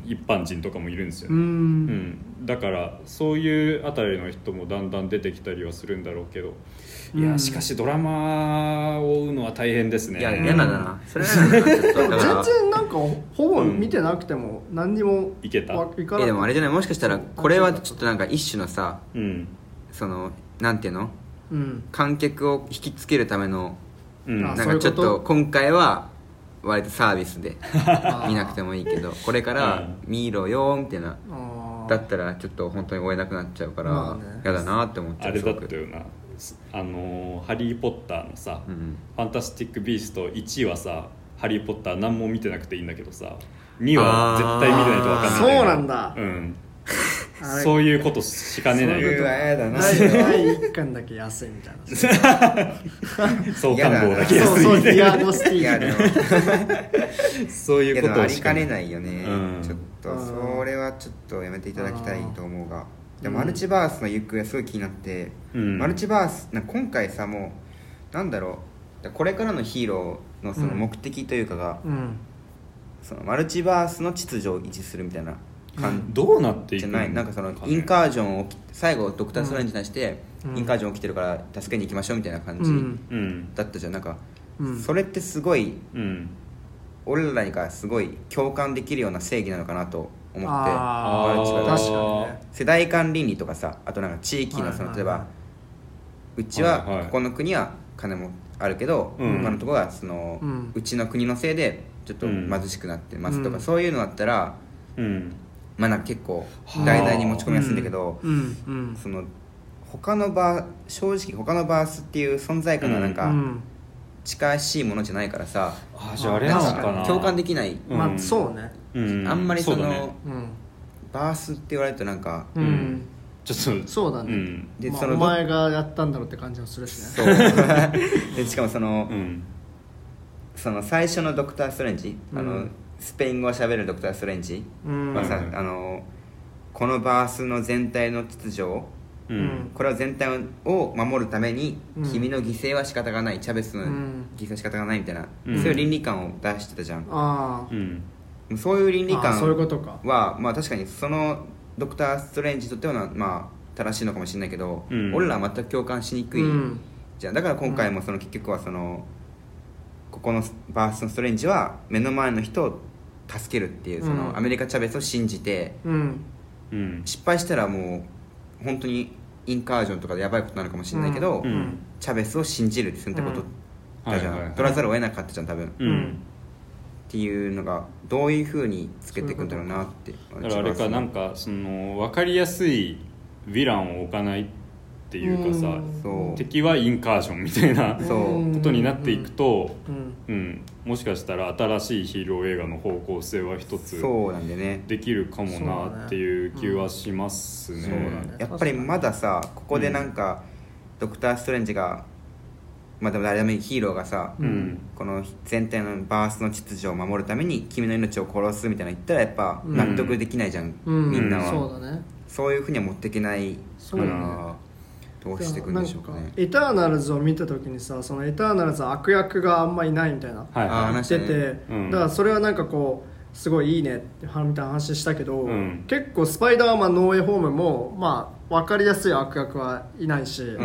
一般人とかもいるんですよね、うんうん、だからそういうあたりの人もだんだん出てきたりはするんだろうけどいやしかしドラマを追うのは大変ですね。 いや嫌だなそれは全然なんかほぼ見てなくても何にもいけた。 いかなでもあれじゃないもしかしたらこれはちょっとなんか一種のさ、うん、そのなんていうの、うん、観客を引きつけるための、うん、なんかちょっと今回は割とサービスで見なくてもいいけどこれから見ろよみたいなだったらちょっと本当に追えなくなっちゃうから嫌だなって思っちゃう。 あれだったよなあのハリー・ポッターのさ、うん、ファンタスティック・ビーストいちいはさハリー・ポッター何も見てなくていいんだけどさには絶対見てないと分かんない。 そうなんだ、 うんそういうことしかねない。 うわやだな第一巻だけ安いみたいなそう感動だけ安いみたいなそうそうそういうことをしかねないよね、うん、ちょっとそれはちょっとやめていただきたいと思うがでもマルチバースの行方がすごい気になって、うん、マルチバースな今回さもうなんだろうこれからのヒーローのその目的というかが、うん、そのマルチバースの秩序を維持するみたいな感じどうなっていくんじゃないなんかそのインカージョンを最後ドクター・ストレンジに対して、うん、インカージョン起きてるから助けに行きましょうみたいな感じだったじゃんなんか、うん、それってすごい、うん、 俺らがすごい共感できるような正義なのかなと思って、 あ確かにね、 世代間倫理とかさ、あとなんか地域のその、はいはいはい、例えばうちはここの国は金もあるけど、はいはい、他のところはその、うん、うちの国のせいでちょっと貧しくなってますとか、うん、そういうのだったら、うん、まあなんか結構題材に持ち込みやすいんだけど、うんうん、その他のバー正直他のバースっていう存在感がなんか、うん、近しいものじゃないからさ、 あじゃああれなのかな、 共感できない、 うん、まあそうね、 うん、あんまりその、ね、うん、バースって言われるとなんか、うん、 ちょっとそうだね、うん、で、まあ、そのお前がやったんだろうって感じもするしね。 そうでしかもその、うん、その最初のドクター・ストレンジ、うん、あのスペイン語を喋るドクター・ストレンジはさ、うん、あのこのバースの全体の秩序を、うん、これは全体を守るために、うん、君の犠牲は仕方がない、チャベスの犠牲は仕方がないみたいな、うん、そういう倫理観を出してたじゃん、あ、うん、そういう倫理観はそういうことか、 まあ確かにそのドクター・ストレンジにとってはまあ正しいのかもしれないけど、うん、俺らは全く共感しにくい、うん、じゃん。だから今回もその結局はそのここのバースのストレンジは目の前の人を助けるっていうそのアメリカ・チャベスを信じて、うんうん、失敗したらもう本当にインカージョンとかでやばいことになるかもしれないけど、うん、チャベスを信じるって選択ことだじゃん、はいはい、取らざるを得なかったじゃん多分、うん、っていうのがどういう風につけていくんだろうなって。 だからあれか、なんかその分かりやすいヴィランを置かないっていうかさ、う敵はインカージョンみたいなことになっていくと、うんうん、もしかしたら新しいヒーロー映画の方向性は一つできるかもなっていう気はしますね。 そうだね、やっぱりまださここでなんか、うん、ドクター・ストレンジがまあでも誰でもいいヒーローがさ、うん、この全体のバースの秩序を守るために君の命を殺すみたいなの言ったらやっぱ納得できないじゃん、うん、みんなは、うん、そうだね、そういうふうには持っていけないから、ね、どうしていくんでしょうかね。 エターナルズを見た時にさ、そのエターナルズは悪役があんまいないみたいな、はい、言ってて、ね、うん、だからそれはなんかこうすごいいいねってみたいな話したけど、うん、結構スパイダーマンノーウェイホームもまあ分かりやすい悪役はいないし、うん、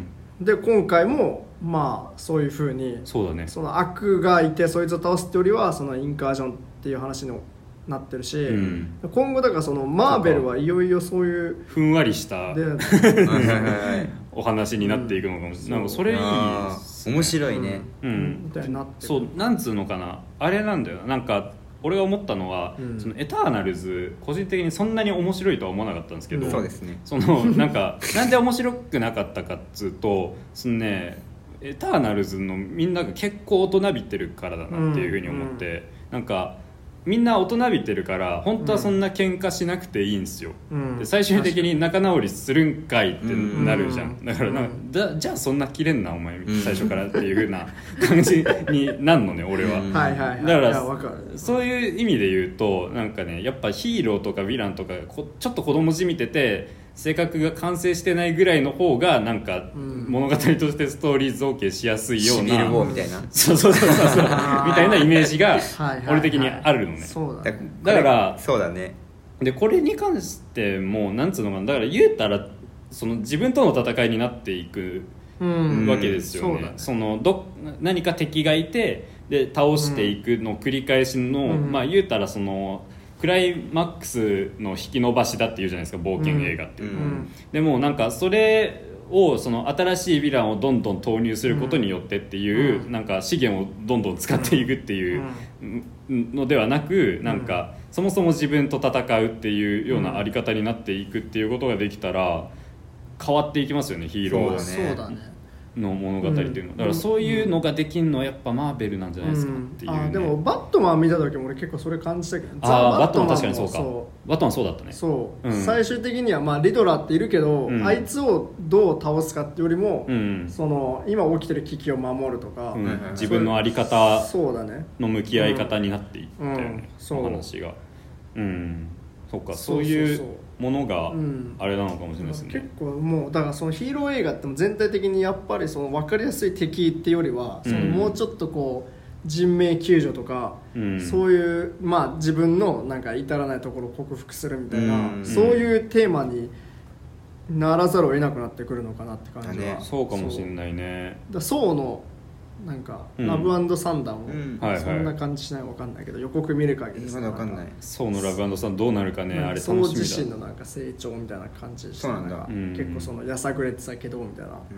で今回もまあそういう風にそうだね、 その悪がいてそいつを倒すってよりはそのインカージョンっていう話になってるし、うん、今後だからそのマーベルはいよいよそういうふんわりしたお話になっていくのかもしれない。なんかそれいいですね、 面白いね、 うんうん、みたいになってる。 そうなんつうのかな、あれなんだよな、なんか俺が思ったのは、うん、そのエターナルズ個人的にそんなに面白いとは思わなかったんですけど、 うん、そうですね、 そのなんかなんで面白くなかったかっつうと、そのねエターナルズのみんなが結構大人びてるからだなっていうふうに思って、うんうん、なんかみんな大人びてるから本当はそんな喧嘩しなくていいんですよ、うん、で最終的に仲直りするんかいってなるじゃん、うん、だからなんかだじゃあそんな切れんなお前最初からっていう風な感じになんのね俺は、うん、だからそういう意味で言うとなんかねやっぱヒーローとかヴィランとかこちょっと子供じみてて性格が完成してないぐらいの方がなんか物語としてストーリー造形しやすいような、 シビルウォーみたいなそうそうそうそうみたいなイメージが俺的にあるのね。 そうだね、 だからそうだね。 でこれに関してもなんつうのかな、だから言うたらその自分との戦いになっていくわけですよね。うん、そのど何か敵がいてで倒していくの繰り返しの、うん、まあ言うたらそのクライマックスの引き伸ばしだっていうじゃないですか冒険映画っていうのは、うん、でもなんかそれをその新しいヴィランをどんどん投入することによってっていう、うん、なんか資源をどんどん使っていくっていうのではなく、なんかそもそも自分と戦うっていうようなあり方になっていくっていうことができたら変わっていきますよね、ヒーローそうだねの物語っていうの、うん、だからそういうのができるのはやっぱマーベルなんじゃないですかっていう、ね、 うん、あでもバットマン見た時も俺結構それ感じたけど、 あバットマン確かにそうか、バットマンそうだったね。 そう、うん、最終的にはまあリドラーっているけど、うん、あいつをどう倒すかってよりも、うん、その今起きてる危機を守るとか、 うん、自分の在り方の向き合い方になっていったよね、うんうん、その話が、うん、そっか、そういうものがあれなのかもしれないですね、 うん、結構もうだからそのヒーロー映画っても全体的にやっぱりその分かりやすい敵ってよりはそのもうちょっとこう人命救助とか、うん、そういうまあ自分のなんか至らないところを克服するみたいな、うん、そういうテーマにならざるを得なくなってくるのかなって感じは、 ね、そうかもしれないね。 だソーのなんか、うん、ラブ&サンダーも、うん、そんな感じしないか分かんないけど、予告見る限りですね。 まだ分かんない。 そうのラブ&サンダーどうなるかね、あれ楽しみだ。 そう自身のなんか成長みたいな感じでした。 そうなんだ、 うん、結構そのやさぐれてたけどみたいな、うん、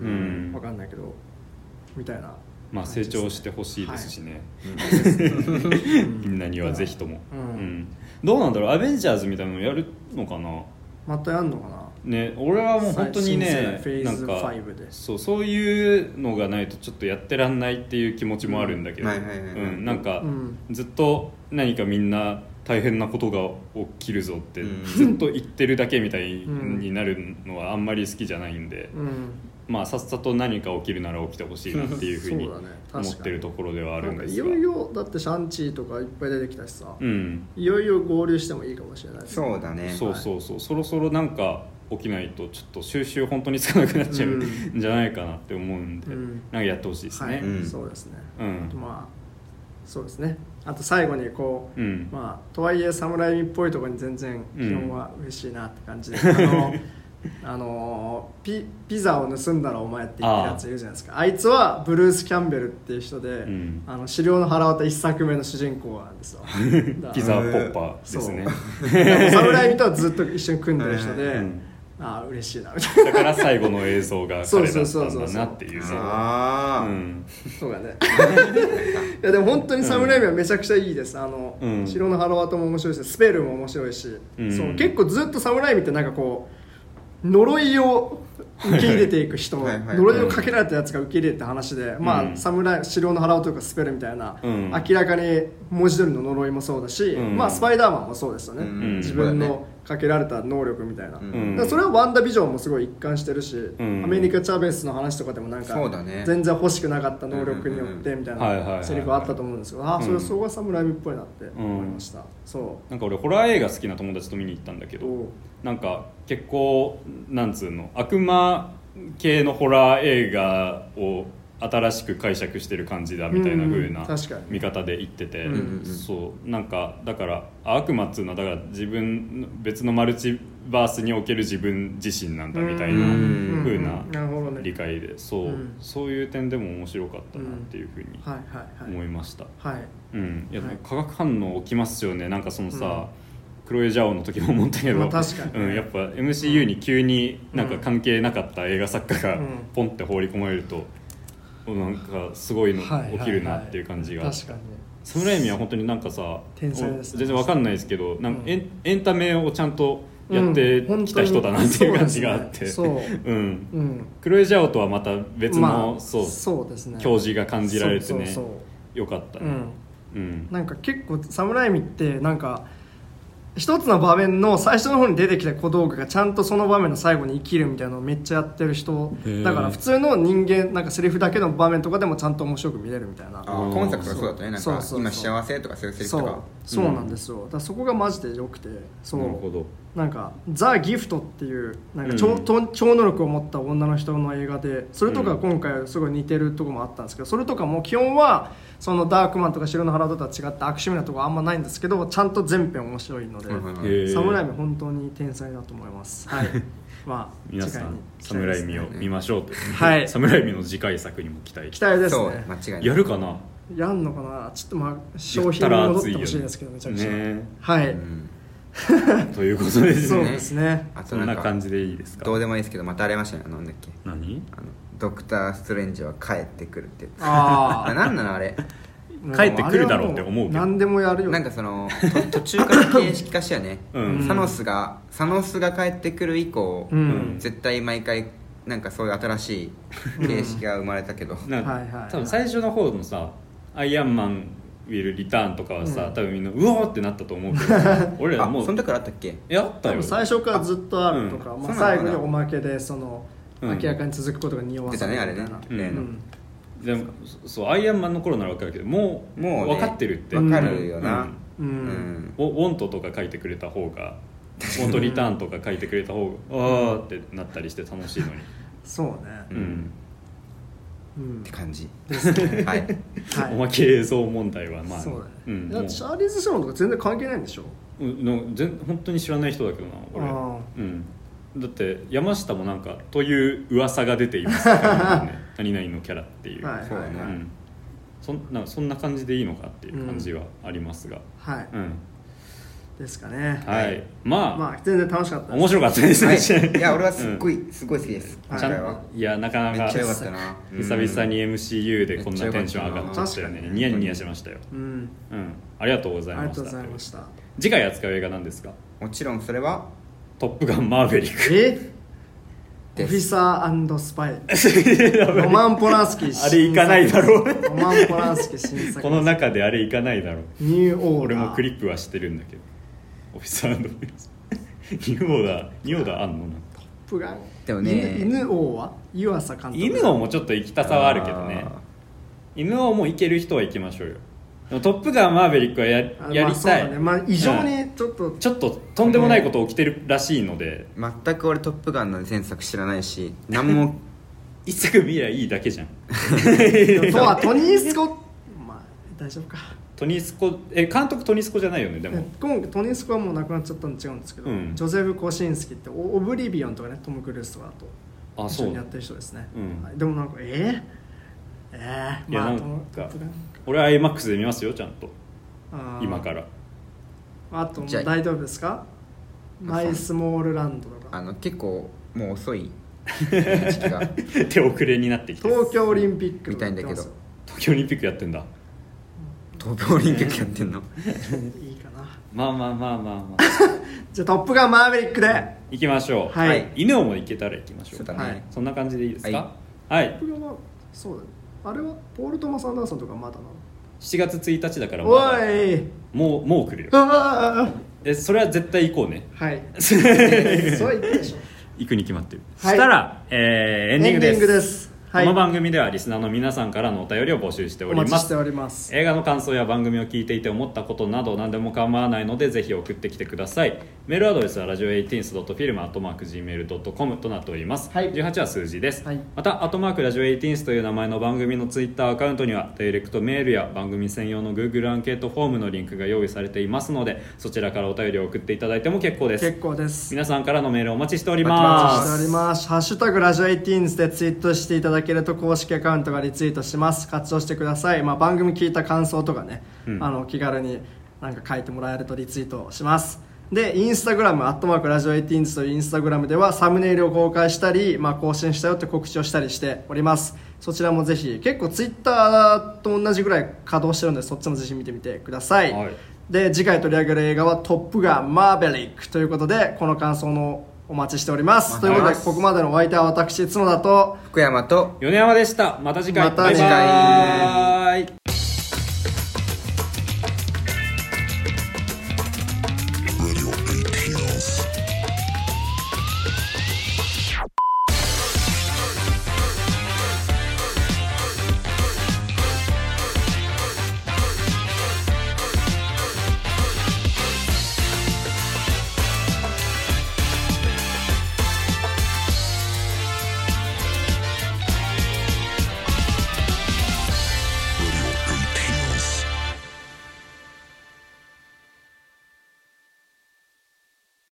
分かんないけどみたいな。 まあ成長してほしいですしね、はい、みんなにはぜひとも、うんうん、どうなんだろう、アベンジャーズみたいなのやるのかな。 またやんのかなね。俺はもう本当にね、なんかそうそういうのがないとちょっとやってらんないっていう気持ちもあるんだけど、なんかずっと何かみんな大変なことが起きるぞってずっと言ってるだけみたいになるのはあんまり好きじゃないんで、うん、まあさっさと何か起きるなら起きてほしいなっていうふうに思ってるところではあるんですが、 いよいよだってシャンチーとかいっぱい出てきたしさ、うん、いよいよ合流してもいいかもしれない、ね、 そうだね。 そうそうそう、はい、そろそろなんか起きないとちょっと収集本当につかなくなっちゃうんじゃないかなって思うんで、うん、なんかやってほしいですね、はい、 うん、そうですね、うん、まあそうですね。あと最後にこう、うん、まあとはいえ侍っぽいところに全然基本は嬉しいなって感じで、うん、あのあの ピ, ピザを盗んだらお前って言ってるやついるじゃないですか。 あ, あいつはブルース・キャンベルっていう人で、うん、あの資料の腹渡一作目の主人公なんですよピザポッパーですね。 侍とはずっと一緒に組んでる人で、うん、ああ嬉しいなみたいな。 だから最後の映像が彼だったんだなっていう。 ああ、うん、そうだねいやでも本当にサムライミはめちゃくちゃいいです。あの、うん、城の腹渡も面白いし、スペルも面白いし、うん、そう結構ずっとサムライミってなんかこう呪いを受け入れていく人はいはい、呪いをかけられたやつが受け入れるって話で、うん、まあ侍城の腹渡とかスペルみたいな、うん、明らかに文字通りの呪いもそうだし、うん、まあスパイダーマンもそうですよね、うん、自分のかけられた能力みたいな、うん、だからそれはワンダービジョンもすごい一貫してるし、うん、アメリカ・チャベスの話とかでもなんか全然欲しくなかった能力によってみたいなセリフあったと思うんですけど、ああそれそこが侍っぽいなって思いました、うん、そうなんか俺ホラー映画好きな友達と見に行ったんだけど、なんか結構なんつうの悪魔系のホラー映画を新しく解釈してる感じだみたいな風な見方で言ってて、うんうん、そうなんかだから悪魔っつうのはだから自分別のマルチバースにおける自分自身なんだみたいな風な理解で、そう、うん、そういう点でも面白かったなっていう風に思いました。はい、うん、いや、はい、化学反応起きますよね。なんかそのさ、うん、クロエ・ジャオの時も思ったけど、まあ確かにね、うん、やっぱ エムシーユー に急になんか関係なかった映画作家がポンって放り込まれると、うん、なんかすごいの起きるなっていう感じが、はいはいはい、確かにね。サムライミは本当になんかさ、天才ですね、全然わかんないですけど、なんか エン,、うん、エンタメをちゃんとやってきた人だなっていう感じがあって、そうですね、そう、うんうん、クロエ・ジャオとはまた別の、まあ、そう、そうですね、教示が感じられてね、そうそうそう、よかったね、うんうん、 なんか結構サムライミってなんか一つの場面の最初の方に出てきた小道具がちゃんとその場面の最後に生きるみたいなのをめっちゃやってる人だから、普通の人間なんかセリフだけの場面とかでもちゃんと面白く見れるみたいな。あ、 今作とかそうだったね。なんかそうそうそう、今幸せとかそういうセリフとか、 そう、そうなんですよ。だからそこがマジで良くて、そう、なるほど、なんかザ・ギフトっていうなんか 超,、うん、超能力を持った女の人の映画で、それとか今回すごい似てるところもあったんですけど、それとかも基本はそのダークマンとか白の腹渡とは違って悪趣味なところあんまないんですけど、ちゃんと全編面白いので、サムライミ本当に天才だと思います。はいまあ、 皆さんサムライミを見ましょうという、はい、サムライミの次回作にも期待期待ですね。 間違いない。 やるかな、 やんのかな、ちょっとまあ商品に戻ってほしいですけど、めちゃくちゃ、ね、はい、うん、 ということですね。 そうですね。 あとそんな感じでいいですか。 どうでもいいですけど、またありましたね。なんだっけ、 何、 あのドクター・ストレンジは帰ってくるってやつ。ああ何なのあれ帰ってくるだろうって思うけど、 何でもやるよ。 なんかその途中から形式化したよね、うん、サノスがサノスが帰ってくる以降、うん、絶対毎回なんかそういう新しい形式が生まれたけど、 うん、なんか多分最初の方のさアイアンマンウィルリターンとかはさ、うん、多分みんなうおーってなったと思うけど俺らもうその時からあったっけ。 やったよ。 最初からずっとあるとか、うん、まあ、最後におまけでその、うん、明らかに続くことが匂わせるみたいな、 出たねあれね、うん、 でもそうアイアンマンの頃なら分かるけど、もうもう分かってるって、 分かるよな、 うんうん、ウォントとか書いてくれた方がウォントリターンとか書いてくれた方があーってなったりして楽しいのにそうね、 うんうん、って感じですねはい、 はい、おまけ映像問題はまあ、 そうだね、うん、だってシャーリーズ・シロンとか全然関係ないんでしょ。 うんの全本当に知らない人だけどな俺、あ、うん、だって山下もなんかという噂が出ていますから、ね、何々のキャラっていう、 はいはいはい、うん、 そんなそんな感じでいいのかっていう感じはありますが、 うん、はい、うん、ですかね。 はい、まあ、 まあ全然楽しかったです。 面白かったですね、 はい、いや俺はすっごい、うん、すごい好きです。 ちゃんといやなかなかめっちゃ良かったな。 久々に エムシーユー でこんなテンション上がっちゃったよね。ニヤニヤしましたよ。うん、うん、ありがとうございました。 ありがとうございました。 次回扱う映画なんですか？ もちろんそれはトップガンマーヴェリック。 えオフィサー&スパイロマン・ポランスキーあれいかないだろうロマン・ポランスキー新作この中であれいかないだろう。 ニューオーダー。 俺もクリップは知ってるんだけどオフィサー&ニューオーダーニューオーダーあんの？トップガンでもね、 犬王は湯浅監督。 犬王もちょっと行きたさはあるけどね。犬王も行ける人は行きましょうよ。トップガンマーヴェリックは や, やりたい、まあね、 まあ、異常にちょっと、うん、 ちょっととんでもないこと起きてるらしいので、 全く俺トップガンの前作知らないし何も一作見りゃいいだけじゃんとはトニースコまあ大丈夫か。 トニースコえ監督トニースコじゃないよね。でも今回トニースコはもう亡くなっちゃったんで違うんですけど、うん、ジョゼフ・コシンスキーってオブリビオンとかねトム・クルーズとかと一緒にやってる人ですね。うんはい、でもなんかえーえー、 いやなんか俺は アイマックス で見ますよちゃんと今から。 あと大丈夫ですか？マイスモールランドとかあの結構もう遅い時期が手遅れになってきて東京オリンピック見たいんだけど東京オリンピックやってんだ。 東京オリンピックやってんのいいかな。 まあまあまあまあまあじゃあトップガンマーヴェリックで行きましょう。はい、犬をも行けたら行きましょう。そうだね、はい、そんな感じでいいですか？はい、はい、 そうだね。あれはポール・トマス・アンダーソンとかまだなの？ しちがつついたちだからまだおいもうもう来るよ。えそれは絶対行こうね。 はいそう言ってでしょ行くに決まってる、はい、したら、えー、エンディングです。エンディングです。はい、この番組ではリスナーの皆さんからのお便りを募集しております。 お待ちしております。 映画の感想や番組を聞いていて思ったことなど何でも構わないのでぜひ送ってきてください。メールアドレスはラジオエイティーンスドットフィルムアットマークジーメールドットコム となっております、はい、じゅうはちは数字です、はい、またアットマークラジオエイティーンスという名前の番組のツイッターアカウントにはダイレクトメールや番組専用の Google アンケートフォームのリンクが用意されていますのでそちらからお便りを送っていただいても結構です。 結構です。 皆さんからのメールをお待ちしております。 お待ちしております。ハッシュタグラジオエイティーンズでツイートしていただけると公式アカウントがリツイートします。活用してください。まあ、番組聞いた感想とかね、うん、あの気軽になんか書いてもらえるとリツイートします。でインスタグラムアットマークラジオエイティーンズというインスタグラムではサムネイルを公開したり、まあ、更新したよって告知をしたりしております。そちらもぜひ結構ツイッターと同じぐらい稼働してるのでそっちもぜひ見てみてください、はい、で次回取り上げる映画はトップガンマーヴェリックということでこの感想のお待ちしております。ということでここまでのお相手は私角田と福山と米山でした。また次回。 また次回。バイバーイ。